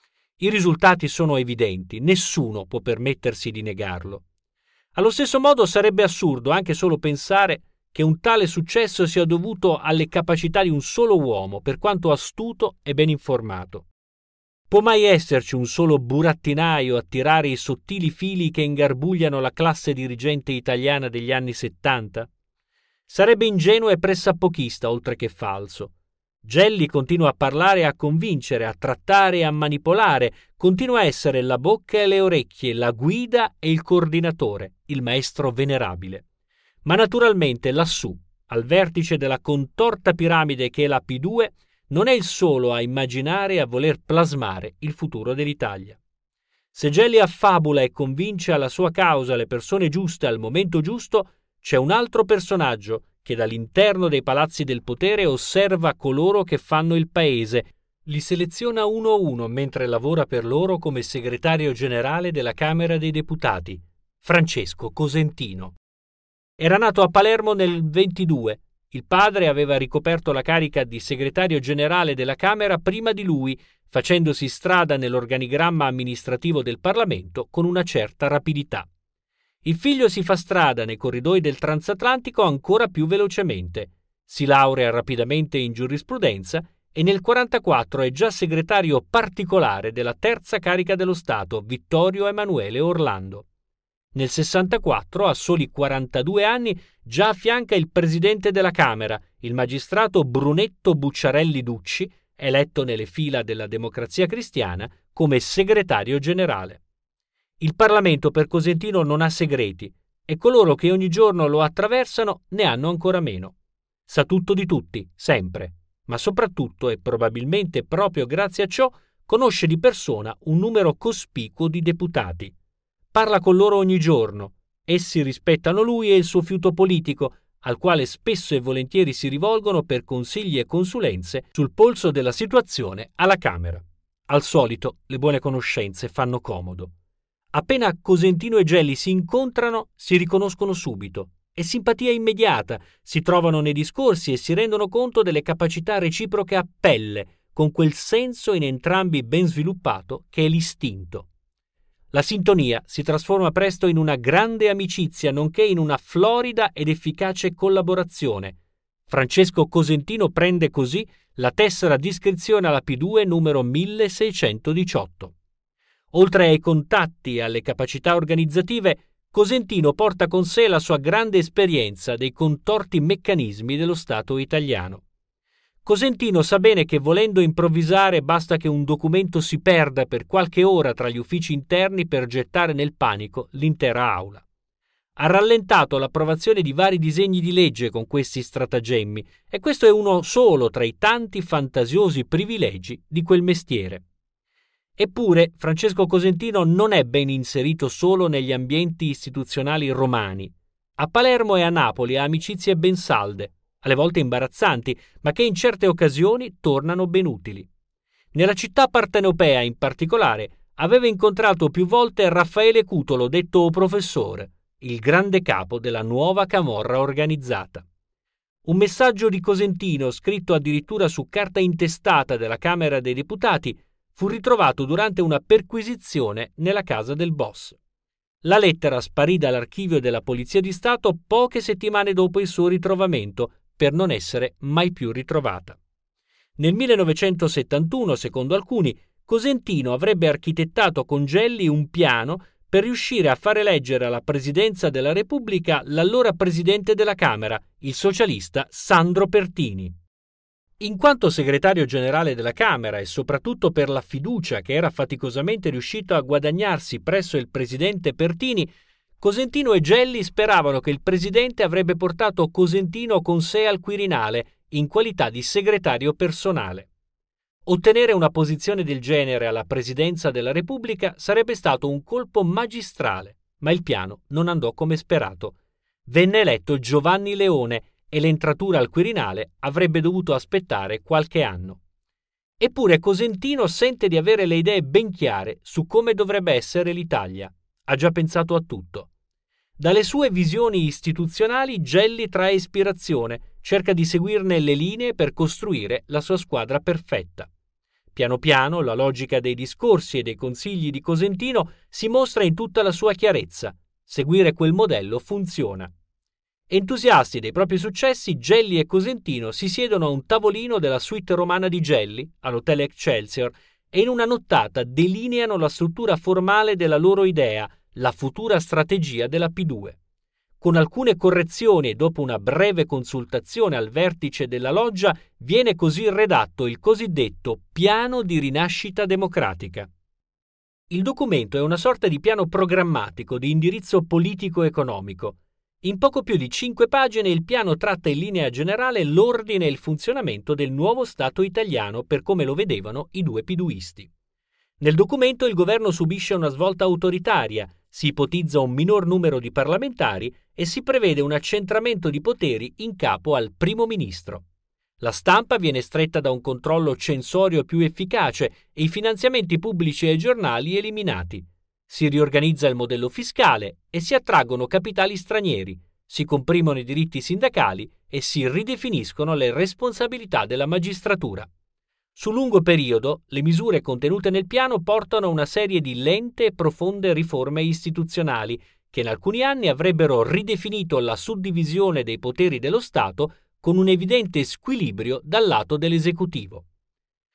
I risultati sono evidenti, nessuno può permettersi di negarlo. Allo stesso modo sarebbe assurdo anche solo pensare che un tale successo sia dovuto alle capacità di un solo uomo, per quanto astuto e ben informato. Può mai esserci un solo burattinaio a tirare i sottili fili che ingarbugliano la classe dirigente italiana degli anni settanta? Sarebbe ingenuo e pressappochista, oltre che falso. Gelli continua a parlare, a convincere, a trattare e a manipolare, continua a essere la bocca e le orecchie, la guida e il coordinatore, il maestro venerabile. Ma naturalmente lassù, al vertice della contorta piramide che è la P due, non è il solo a immaginare e a voler plasmare il futuro dell'Italia. Se Gelli affabula e convince alla sua causa le persone giuste al momento giusto, c'è un altro personaggio che dall'interno dei palazzi del potere osserva coloro che fanno il paese, li seleziona uno a uno mentre lavora per loro come segretario generale della Camera dei Deputati, Francesco Cosentino. Era nato a Palermo nel ventidue. Il padre aveva ricoperto la carica di segretario generale della Camera prima di lui, facendosi strada nell'organigramma amministrativo del Parlamento con una certa rapidità. Il figlio si fa strada nei corridoi del transatlantico ancora più velocemente, si laurea rapidamente in giurisprudenza e nel quarantaquattro è già segretario particolare della terza carica dello Stato, Vittorio Emanuele Orlando. Nel sessantaquattro, a soli quarantadue anni, già affianca il presidente della Camera, il magistrato Brunetto Bucciarelli Ducci, eletto nelle fila della Democrazia Cristiana come segretario generale. Il Parlamento per Cosentino non ha segreti e coloro che ogni giorno lo attraversano ne hanno ancora meno. Sa tutto di tutti, sempre, ma soprattutto, e probabilmente proprio grazie a ciò, conosce di persona un numero cospicuo di deputati. Parla con loro ogni giorno. Essi rispettano lui e il suo fiuto politico, al quale spesso e volentieri si rivolgono per consigli e consulenze sul polso della situazione alla Camera. Al solito, le buone conoscenze fanno comodo. Appena Cosentino e Gelli si incontrano, si riconoscono subito. È simpatia immediata, si trovano nei discorsi e si rendono conto delle capacità reciproche a pelle, con quel senso in entrambi ben sviluppato che è l'istinto. La sintonia si trasforma presto in una grande amicizia, nonché in una florida ed efficace collaborazione. Francesco Cosentino prende così la tessera di iscrizione alla P due numero milleseicentodiciotto. Oltre ai contatti e alle capacità organizzative, Cosentino porta con sé la sua grande esperienza dei contorti meccanismi dello Stato italiano. Cosentino sa bene che volendo improvvisare basta che un documento si perda per qualche ora tra gli uffici interni per gettare nel panico l'intera aula. Ha rallentato l'approvazione di vari disegni di legge con questi stratagemmi e questo è uno solo tra i tanti fantasiosi privilegi di quel mestiere. Eppure Francesco Cosentino non è ben inserito solo negli ambienti istituzionali romani. A Palermo e a Napoli ha amicizie ben salde, alle volte imbarazzanti, ma che in certe occasioni tornano ben utili. Nella città partenopea, in particolare, aveva incontrato più volte Raffaele Cutolo, detto professore, il grande capo della nuova camorra organizzata. Un messaggio di Cosentino, scritto addirittura su carta intestata della Camera dei Deputati, fu ritrovato durante una perquisizione nella casa del boss. La lettera sparì dall'archivio della Polizia di Stato poche settimane dopo il suo ritrovamento, per non essere mai più ritrovata. Nel millenovecentosettantuno, secondo alcuni, Cosentino avrebbe architettato con Gelli un piano per riuscire a fare eleggere alla Presidenza della Repubblica l'allora Presidente della Camera, il socialista Sandro Pertini. In quanto segretario generale della Camera e soprattutto per la fiducia che era faticosamente riuscito a guadagnarsi presso il presidente Pertini, Cosentino e Gelli speravano che il presidente avrebbe portato Cosentino con sé al Quirinale in qualità di segretario personale. Ottenere una posizione del genere alla Presidenza della Repubblica sarebbe stato un colpo magistrale, ma il piano non andò come sperato. Venne eletto Giovanni Leone e l'entratura al Quirinale avrebbe dovuto aspettare qualche anno. Eppure Cosentino sente di avere le idee ben chiare su come dovrebbe essere l'Italia. Ha già pensato a tutto. Dalle sue visioni istituzionali Gelli trae ispirazione, cerca di seguirne le linee per costruire la sua squadra perfetta. Piano piano la logica dei discorsi e dei consigli di Cosentino si mostra in tutta la sua chiarezza. Seguire quel modello funziona. Entusiasti dei propri successi, Gelli e Cosentino si siedono a un tavolino della suite romana di Gelli, all'Hotel Excelsior, e in una nottata delineano la struttura formale della loro idea, la futura strategia della P due. Con alcune correzioni e dopo una breve consultazione al vertice della loggia, viene così redatto il cosiddetto Piano di rinascita democratica. Il documento è una sorta di piano programmatico di indirizzo politico-economico. In poco più di cinque pagine il piano tratta in linea generale l'ordine e il funzionamento del nuovo Stato italiano per come lo vedevano i due piduisti. Nel documento il governo subisce una svolta autoritaria, si ipotizza un minor numero di parlamentari e si prevede un accentramento di poteri in capo al primo ministro. La stampa viene stretta da un controllo censorio più efficace e i finanziamenti pubblici ai giornali eliminati. Si riorganizza il modello fiscale e si attraggono capitali stranieri, si comprimono i diritti sindacali e si ridefiniscono le responsabilità della magistratura. Su lungo periodo, le misure contenute nel piano portano a una serie di lente e profonde riforme istituzionali che in alcuni anni avrebbero ridefinito la suddivisione dei poteri dello Stato con un evidente squilibrio dal lato dell'esecutivo.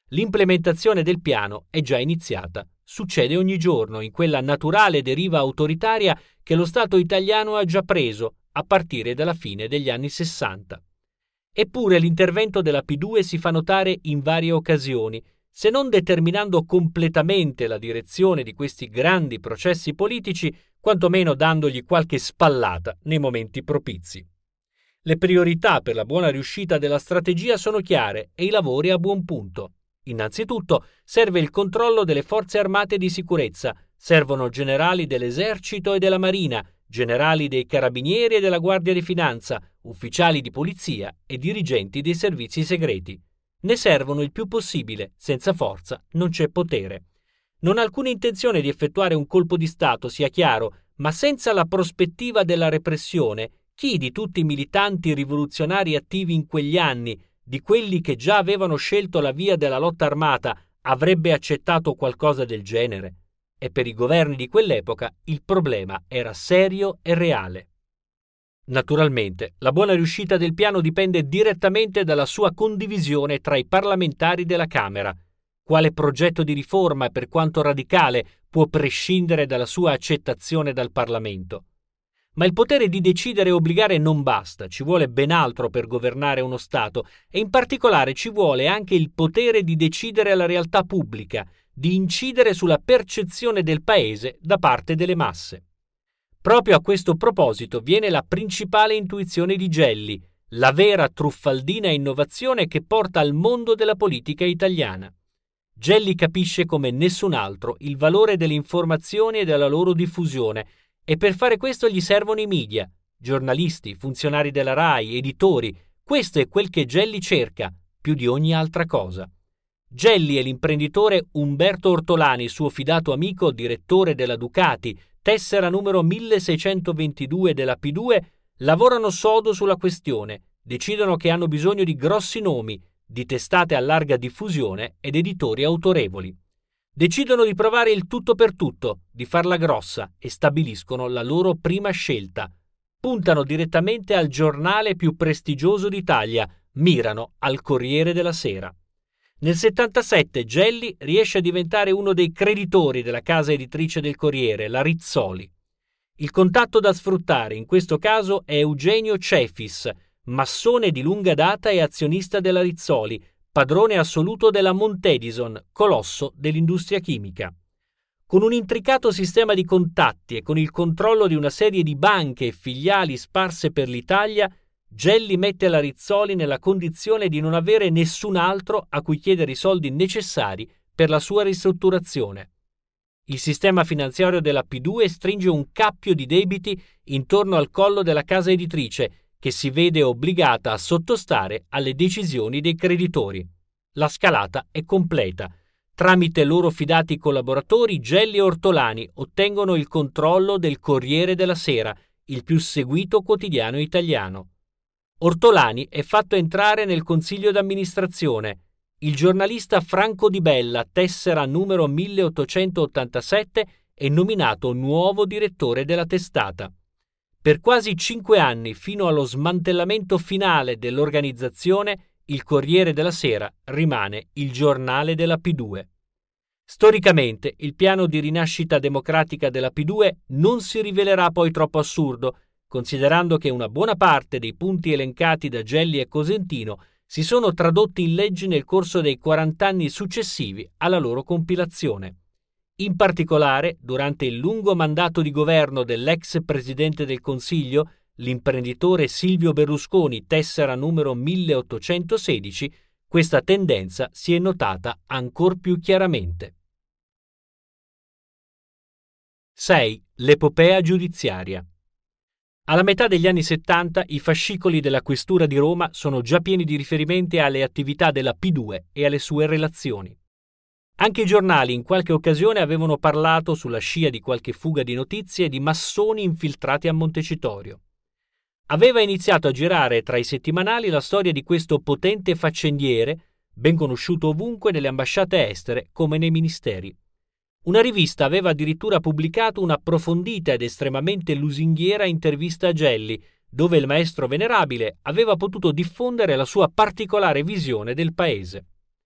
L'implementazione del piano è già iniziata. Succede ogni giorno in quella naturale deriva autoritaria che lo Stato italiano ha già preso a partire dalla fine degli anni sessanta. Eppure l'intervento della P due si fa notare in varie occasioni, se non determinando completamente la direzione di questi grandi processi politici, quantomeno dandogli qualche spallata nei momenti propizi. Le priorità per la buona riuscita della strategia sono chiare e i lavori a buon punto. Innanzitutto serve il controllo delle forze armate di sicurezza, servono generali dell'esercito e della marina, generali dei carabinieri e della Guardia di Finanza, ufficiali di polizia e dirigenti dei servizi segreti. Ne servono il più possibile, senza forza non c'è potere. Non ho alcuna intenzione di effettuare un colpo di Stato, sia chiaro, ma senza la prospettiva della repressione, chi di tutti i militanti rivoluzionari attivi in quegli anni, di quelli che già avevano scelto la via della lotta armata, avrebbe accettato qualcosa del genere? E per i governi di quell'epoca il problema era serio e reale. Naturalmente, la buona riuscita del piano dipende direttamente dalla sua condivisione tra i parlamentari della Camera. Quale progetto di riforma, per quanto radicale, può prescindere dalla sua accettazione dal Parlamento? Ma il potere di decidere e obbligare non basta, ci vuole ben altro per governare uno Stato e in particolare ci vuole anche il potere di decidere la realtà pubblica, di incidere sulla percezione del Paese da parte delle masse. Proprio a questo proposito viene la principale intuizione di Gelli, la vera truffaldina innovazione che porta al mondo della politica italiana. Gelli capisce come nessun altro il valore delle informazioni e della loro diffusione e per fare questo gli servono i media, giornalisti, funzionari della RAI, editori. Questo è quel che Gelli cerca, più di ogni altra cosa. Gelli e l'imprenditore Umberto Ortolani, suo fidato amico, direttore della Ducati, tessera numero milleseicentoventidue della P due, lavorano sodo sulla questione, decidono che hanno bisogno di grossi nomi, di testate a larga diffusione ed editori autorevoli. Decidono di provare il tutto per tutto, di farla grossa e stabiliscono la loro prima scelta. Puntano direttamente al giornale più prestigioso d'Italia, mirano al Corriere della Sera. Nel settantasette Gelli riesce a diventare uno dei creditori della casa editrice del Corriere, la Rizzoli. Il contatto da sfruttare in questo caso è Eugenio Cefis, massone di lunga data e azionista della Rizzoli, padrone assoluto della Montedison, colosso dell'industria chimica. Con un intricato sistema di contatti e con il controllo di una serie di banche e filiali sparse per l'Italia, Gelli mette la Rizzoli nella condizione di non avere nessun altro a cui chiedere i soldi necessari per la sua ristrutturazione. Il sistema finanziario della P due stringe un cappio di debiti intorno al collo della casa editrice, che si vede obbligata a sottostare alle decisioni dei creditori. La scalata è completa. Tramite loro fidati collaboratori, Gelli e Ortolani ottengono il controllo del Corriere della Sera, il più seguito quotidiano italiano. Ortolani è fatto entrare nel consiglio d'amministrazione. Il giornalista Franco Di Bella, tessera numero milleottocentottantasette, è nominato nuovo direttore della testata. Per quasi cinque anni, fino allo smantellamento finale dell'organizzazione, il Corriere della Sera rimane il giornale della P due. Storicamente, il piano di rinascita democratica della P due non si rivelerà poi troppo assurdo, considerando che una buona parte dei punti elencati da Gelli e Cosentino si sono tradotti in leggi nel corso dei quarant'anni successivi alla loro compilazione. In particolare, durante il lungo mandato di governo dell'ex presidente del Consiglio, l'imprenditore Silvio Berlusconi, tessera numero milleottocentosedici, questa tendenza si è notata ancor più chiaramente. sei. L'epopea giudiziaria. Alla metà degli anni settanta i fascicoli della Questura di Roma sono già pieni di riferimenti alle attività della P due e alle sue relazioni. Anche i giornali in qualche occasione avevano parlato, sulla scia di qualche fuga di notizie, di massoni infiltrati a Montecitorio. Aveva iniziato a girare tra i settimanali la storia di questo potente faccendiere, ben conosciuto ovunque nelle ambasciate estere come nei ministeri. Una rivista aveva addirittura pubblicato un'approfondita ed estremamente lusinghiera intervista a Gelli, dove il maestro venerabile aveva potuto diffondere la sua particolare visione del paese.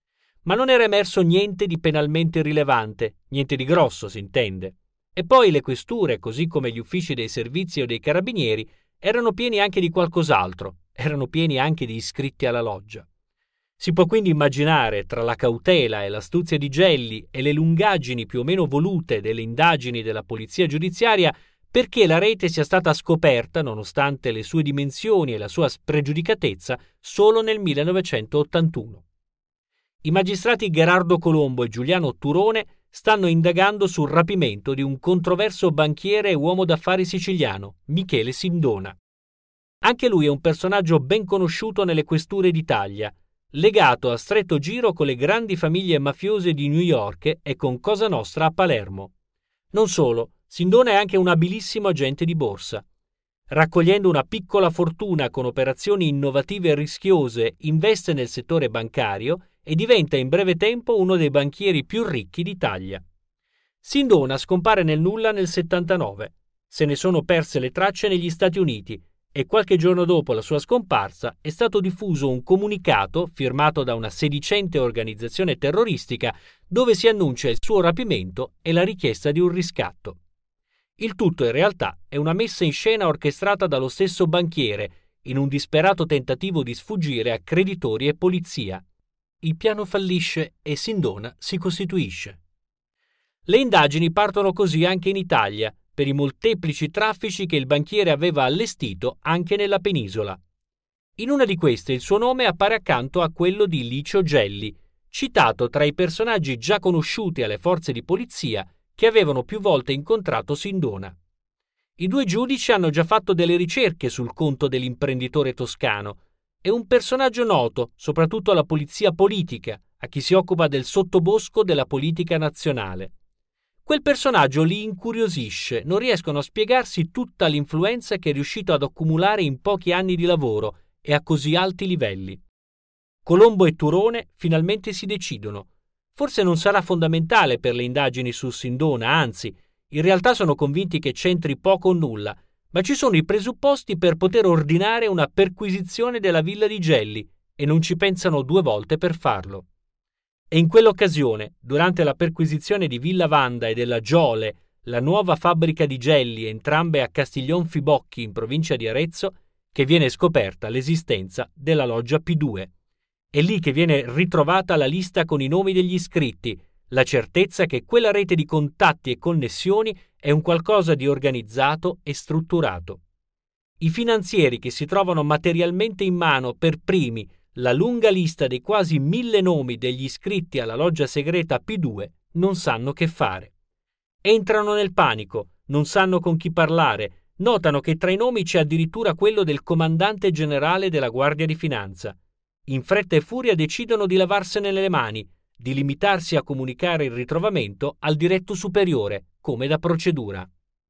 ma non era emerso niente di penalmente rilevante, niente di grosso, si intende. E poi le questure, così come gli uffici dei servizi o dei carabinieri, erano pieni anche di qualcos'altro, erano pieni anche di iscritti alla loggia. Si può quindi immaginare, tra la cautela e l'astuzia di Gelli e le lungaggini più o meno volute delle indagini della polizia giudiziaria, perché la rete sia stata scoperta, nonostante le sue dimensioni e la sua spregiudicatezza, solo nel millenovecentottantuno. I magistrati Gherardo Colombo e Giuliano Turone stanno indagando sul rapimento di un controverso banchiere e uomo d'affari siciliano, Michele Sindona. Anche lui è un personaggio ben conosciuto nelle questure d'Italia, legato a stretto giro con le grandi famiglie mafiose di New York e con Cosa Nostra a Palermo. Non solo, Sindona è anche un abilissimo agente di borsa. Raccogliendo una piccola fortuna con operazioni innovative e rischiose, investe nel settore bancario e diventa in breve tempo uno dei banchieri più ricchi d'Italia. Sindona scompare nel nulla nel settantanove. Se ne sono perse le tracce negli Stati Uniti e qualche giorno dopo la sua scomparsa è stato diffuso un comunicato firmato da una sedicente organizzazione terroristica dove si annuncia il suo rapimento e la richiesta di un riscatto. Il tutto in realtà è una messa in scena orchestrata dallo stesso banchiere in un disperato tentativo di sfuggire a creditori e polizia. Il piano fallisce e Sindona si costituisce. Le indagini partono così anche in Italia, per i molteplici traffici che il banchiere aveva allestito anche nella penisola. In una di queste il suo nome appare accanto a quello di Licio Gelli, citato tra i personaggi già conosciuti alle forze di polizia che avevano più volte incontrato Sindona. I due giudici hanno già fatto delle ricerche sul conto dell'imprenditore toscano. È un personaggio noto, soprattutto alla polizia politica, a chi si occupa del sottobosco della politica nazionale. Quel personaggio li incuriosisce, non riescono a spiegarsi tutta l'influenza che è riuscito ad accumulare in pochi anni di lavoro e a così alti livelli. Colombo e Turone finalmente si decidono. Forse non sarà fondamentale per le indagini su Sindona, anzi, in realtà sono convinti che c'entri poco o nulla, ma ci sono i presupposti per poter ordinare una perquisizione della villa di Gelli e non ci pensano due volte per farlo. E in quell'occasione, durante la perquisizione di Villa Wanda e della Giole, la nuova fabbrica di Gelli, entrambe a Castiglion Fibocchi in provincia di Arezzo, che viene scoperta l'esistenza della loggia P due. È lì che viene ritrovata la lista con i nomi degli iscritti, la certezza che quella rete di contatti e connessioni è un qualcosa di organizzato e strutturato. I finanzieri che si trovano materialmente in mano per primi la lunga lista dei quasi mille nomi degli iscritti alla loggia segreta P due non sanno che fare. Entrano nel panico, non sanno con chi parlare, notano che tra i nomi c'è addirittura quello del comandante generale della Guardia di Finanza. In fretta e furia decidono di lavarsene le mani, di limitarsi a comunicare il ritrovamento al diretto superiore, come da procedura.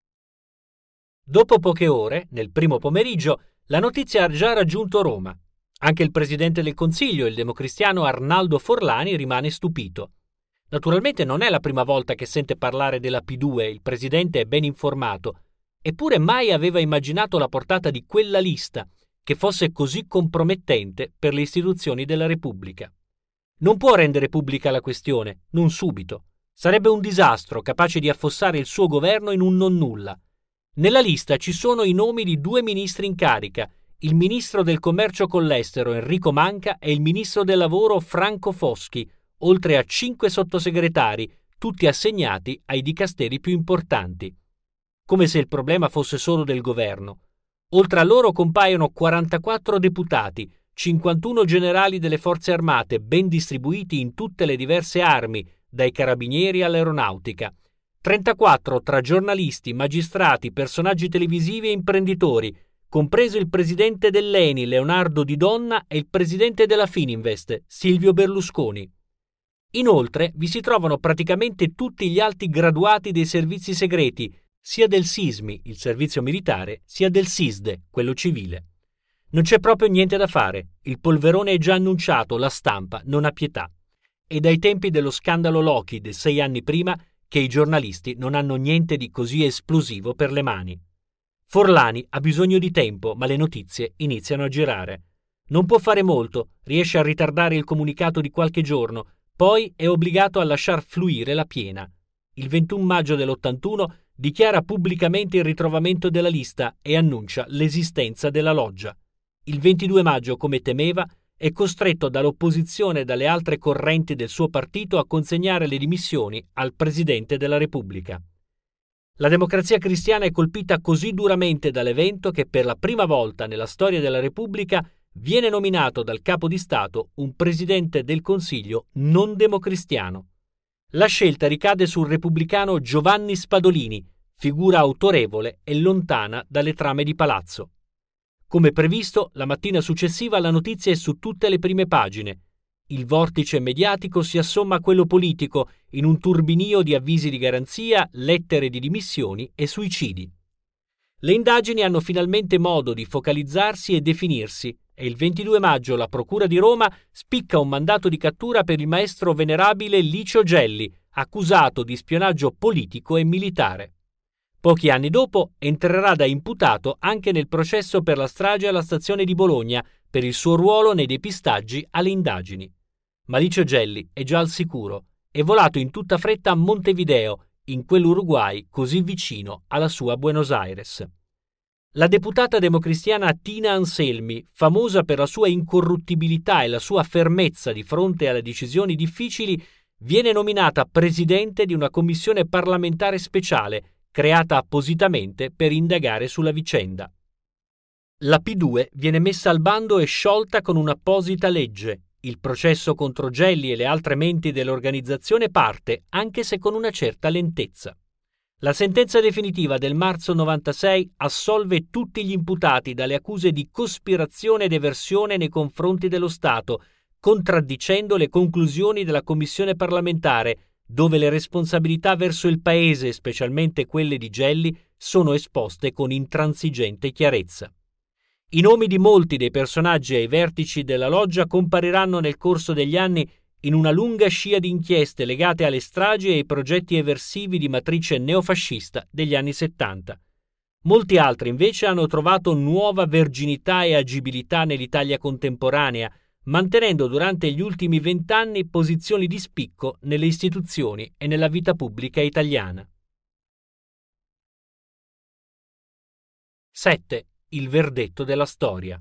Dopo poche ore, nel primo pomeriggio, la notizia ha già raggiunto Roma. Anche il presidente del Consiglio, il democristiano Arnaldo Forlani, rimane stupito. Naturalmente non è la prima volta che sente parlare della P due, il presidente è ben informato, eppure mai aveva immaginato la portata di quella lista, che fosse così compromettente per le istituzioni della Repubblica. Non può rendere pubblica la questione, non subito. Sarebbe un disastro capace di affossare il suo governo in un nonnulla. Nella lista ci sono i nomi di due ministri in carica, il ministro del commercio con l'estero Enrico Manca e il ministro del lavoro Franco Foschi, oltre a cinque sottosegretari, tutti assegnati ai dicasteri più importanti. Come se il problema fosse solo del governo. Oltre a loro compaiono quarantaquattro deputati, cinquantuno generali delle forze armate ben distribuiti in tutte le diverse armi, dai carabinieri all'aeronautica, trentaquattro tra giornalisti, magistrati, personaggi televisivi e imprenditori, compreso il presidente dell'Eni Leonardo Di Donna e il presidente della Fininvest Silvio Berlusconi. Inoltre vi si trovano praticamente tutti gli alti graduati dei servizi segreti, sia del SISMI, il servizio militare, sia del SISDE, quello civile. Non c'è proprio niente da fare, il polverone è già annunciato, la stampa non ha pietà. È dai tempi dello scandalo Lockheed sei anni prima che i giornalisti non hanno niente di così esplosivo per le mani. Forlani ha bisogno di tempo, ma le notizie iniziano a girare. Non può fare molto, riesce a ritardare il comunicato di qualche giorno, poi è obbligato a lasciar fluire la piena. Il ventuno maggio dell'ottantuno dichiara pubblicamente il ritrovamento della lista e annuncia l'esistenza della loggia. Il ventidue maggio, come temeva, è costretto dall'opposizione e dalle altre correnti del suo partito a consegnare le dimissioni al Presidente della Repubblica. La Democrazia Cristiana è colpita così duramente dall'evento che per la prima volta nella storia della Repubblica viene nominato dal Capo di Stato un Presidente del Consiglio non democristiano. La scelta ricade sul repubblicano Giovanni Spadolini, figura autorevole e lontana dalle trame di palazzo. Come previsto, la mattina successiva la notizia è su tutte le prime pagine. Il vortice mediatico si assomma a quello politico in un turbinio di avvisi di garanzia, lettere di dimissioni e suicidi. Le indagini hanno finalmente modo di focalizzarsi e definirsi e il ventidue maggio la Procura di Roma spicca un mandato di cattura per il maestro venerabile Licio Gelli, accusato di spionaggio politico e militare. Pochi anni dopo entrerà da imputato anche nel processo per la strage alla stazione di Bologna per il suo ruolo nei depistaggi alle indagini. Ma Licio Gelli è già al sicuro, è volato in tutta fretta a Montevideo, in quell'Uruguay così vicino alla sua Buenos Aires. La deputata democristiana Tina Anselmi, famosa per la sua incorruttibilità e la sua fermezza di fronte alle decisioni difficili, viene nominata presidente di una commissione parlamentare speciale creata appositamente per indagare sulla vicenda. La P due viene messa al bando e sciolta con un'apposita legge. Il processo contro Gelli e le altre menti dell'organizzazione parte, anche se con una certa lentezza. La sentenza definitiva del marzo novantasei assolve tutti gli imputati dalle accuse di cospirazione ed eversione nei confronti dello Stato, contraddicendo le conclusioni della commissione parlamentare, dove le responsabilità verso il Paese, specialmente quelle di Gelli, sono esposte con intransigente chiarezza. I nomi di molti dei personaggi ai vertici della loggia compariranno nel corso degli anni in una lunga scia di inchieste legate alle stragi e ai progetti eversivi di matrice neofascista degli anni settanta. Molti altri invece hanno trovato nuova verginità e agibilità nell'Italia contemporanea, mantenendo durante gli ultimi vent'anni posizioni di spicco nelle istituzioni e nella vita pubblica italiana. sette. Il verdetto della storia.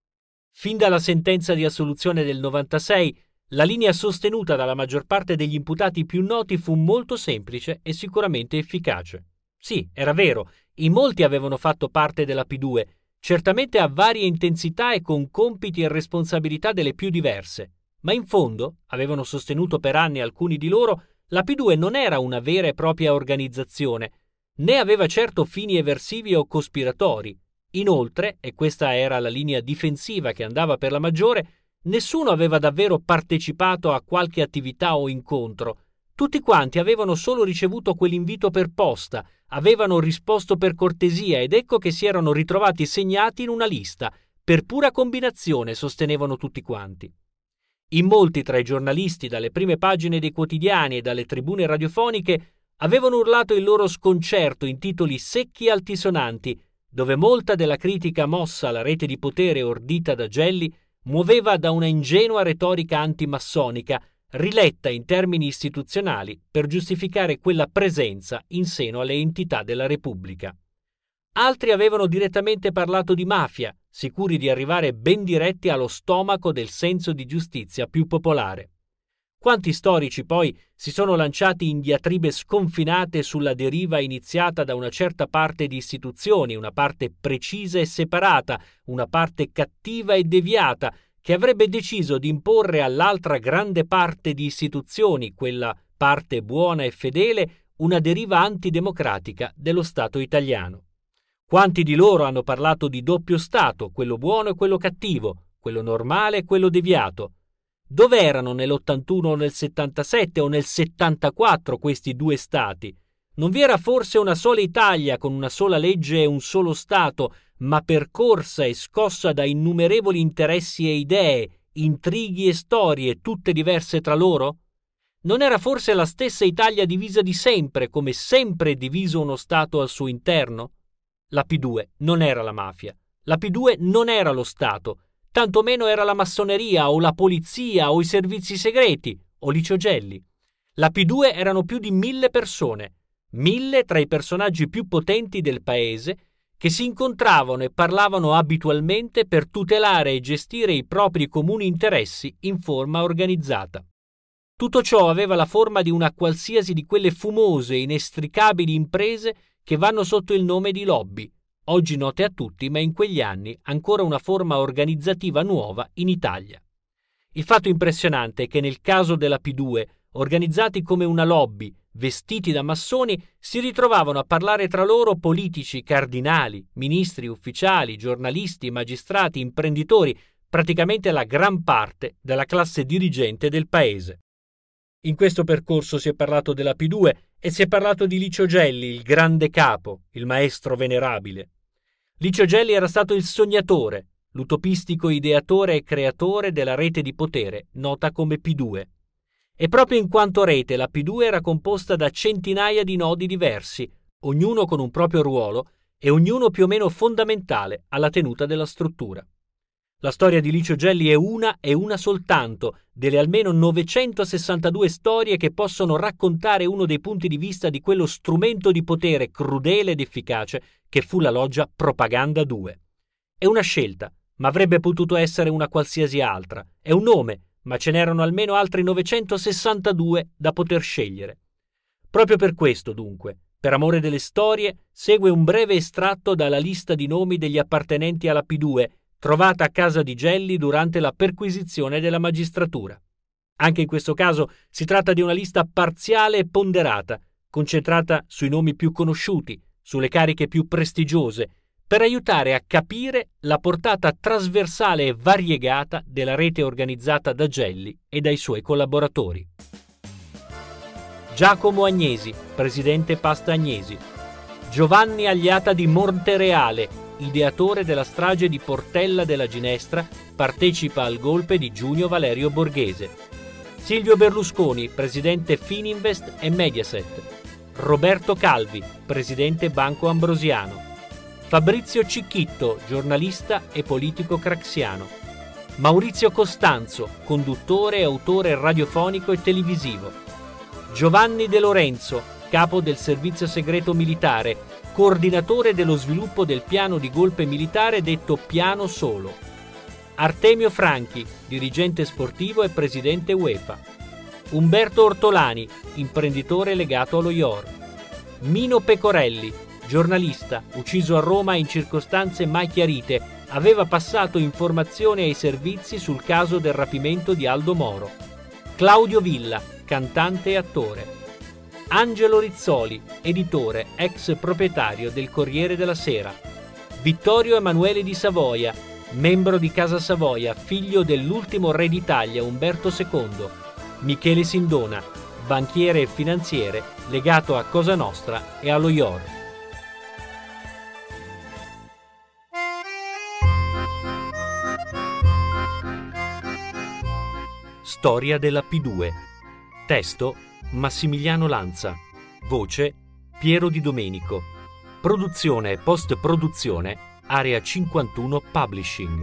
Fin dalla sentenza di assoluzione del novantasei, la linea sostenuta dalla maggior parte degli imputati più noti fu molto semplice e sicuramente efficace. Sì, era vero, in molti avevano fatto parte della P due, certamente a varie intensità e con compiti e responsabilità delle più diverse, ma in fondo, avevano sostenuto per anni alcuni di loro, la P due non era una vera e propria organizzazione, né aveva certo fini eversivi o cospiratori. Inoltre, e questa era la linea difensiva che andava per la maggiore, nessuno aveva davvero partecipato a qualche attività o incontro. Tutti quanti avevano solo ricevuto quell'invito per posta, avevano risposto per cortesia ed ecco che si erano ritrovati segnati in una lista, per pura combinazione, sostenevano tutti quanti. In molti tra i giornalisti, dalle prime pagine dei quotidiani e dalle tribune radiofoniche, avevano urlato il loro sconcerto in titoli secchi e altisonanti, dove molta della critica mossa alla rete di potere ordita da Gelli muoveva da una ingenua retorica antimassonica, riletta in termini istituzionali per giustificare quella presenza in seno alle entità della Repubblica. Altri avevano direttamente parlato di mafia, sicuri di arrivare ben diretti allo stomaco del senso di giustizia più popolare. Quanti storici poi si sono lanciati in diatribe sconfinate sulla deriva iniziata da una certa parte di istituzioni, una parte precisa e separata, una parte cattiva e deviata, che avrebbe deciso di imporre all'altra grande parte di istituzioni, quella parte buona e fedele, una deriva antidemocratica dello Stato italiano. Quanti di loro hanno parlato di doppio Stato, quello buono e quello cattivo, quello normale e quello deviato? Dove erano nell'ottantuno o nel settantasette o nel settantaquattro questi due Stati? Non vi era forse una sola Italia con una sola legge e un solo Stato, ma percorsa e scossa da innumerevoli interessi e idee, intrighi e storie, tutte diverse tra loro? Non era forse la stessa Italia divisa di sempre, come sempre è diviso uno Stato al suo interno? La P due non era la mafia, la P due non era lo Stato, tanto meno era la massoneria o la polizia o i servizi segreti, o Licio Gelli. La P due erano più di mille persone, mille tra i personaggi più potenti del paese, che si incontravano e parlavano abitualmente per tutelare e gestire i propri comuni interessi in forma organizzata. Tutto ciò aveva la forma di una qualsiasi di quelle fumose e inestricabili imprese che vanno sotto il nome di lobby, oggi note a tutti, ma in quegli anni ancora una forma organizzativa nuova in Italia. Il fatto impressionante è che nel caso della P due, organizzati come una lobby, vestiti da massoni, si ritrovavano a parlare tra loro politici, cardinali, ministri, ufficiali, giornalisti, magistrati, imprenditori, praticamente la gran parte della classe dirigente del paese. In questo percorso si è parlato della P due e si è parlato di Licio Gelli, il grande capo, il maestro venerabile. Licio Gelli era stato il sognatore, l'utopistico ideatore e creatore della rete di potere, nota come P due. E proprio in quanto rete, la P due era composta da centinaia di nodi diversi, ognuno con un proprio ruolo e ognuno più o meno fondamentale alla tenuta della struttura. La storia di Licio Gelli è una e una soltanto delle almeno novecentosessantadue storie che possono raccontare uno dei punti di vista di quello strumento di potere crudele ed efficace che fu la loggia Propaganda due. È una scelta, ma avrebbe potuto essere una qualsiasi altra. È un nome, ma ce n'erano almeno altri novecentosessantadue da poter scegliere. Proprio per questo, dunque, per amore delle storie, segue un breve estratto dalla lista di nomi degli appartenenti alla P due, trovata a casa di Gelli durante la perquisizione della magistratura. Anche in questo caso si tratta di una lista parziale e ponderata, concentrata sui nomi più conosciuti, sulle cariche più prestigiose, per aiutare a capire la portata trasversale e variegata della rete organizzata da Gelli e dai suoi collaboratori. Giacomo Agnesi, presidente Pasta Agnesi. Giovanni Agliata di Montereale, ideatore della strage di Portella della Ginestra, partecipa al golpe di Giunio Valerio Borghese. Silvio Berlusconi, presidente Fininvest e Mediaset. Roberto Calvi, presidente Banco Ambrosiano. Fabrizio Cicchitto, giornalista e politico craxiano. Maurizio Costanzo, conduttore e autore radiofonico e televisivo. Giovanni De Lorenzo, capo del servizio segreto militare, coordinatore dello sviluppo del piano di golpe militare detto Piano Solo. Artemio Franchi, dirigente sportivo e presidente UEFA. Umberto Ortolani, imprenditore legato allo I O R. Mino Pecorelli, giornalista, ucciso a Roma in circostanze mai chiarite, aveva passato informazioni ai servizi sul caso del rapimento di Aldo Moro. Claudio Villa, cantante e attore. Angelo Rizzoli, editore, ex proprietario del Corriere della Sera. Vittorio Emanuele di Savoia, membro di Casa Savoia, figlio dell'ultimo re d'Italia Umberto secondo. Michele Sindona, banchiere e finanziere, legato a Cosa Nostra e allo I O R. Storia della P due. Testo Massimiliano Lanza. Voce Piero Di Domenico. Produzione e post-produzione Area cinquantuno Publishing.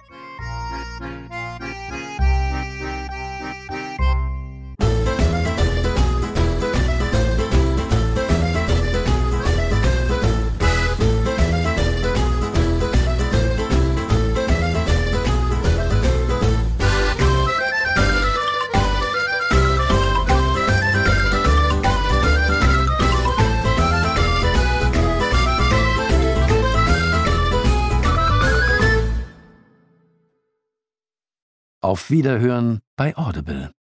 Auf Wiederhören bei Audible.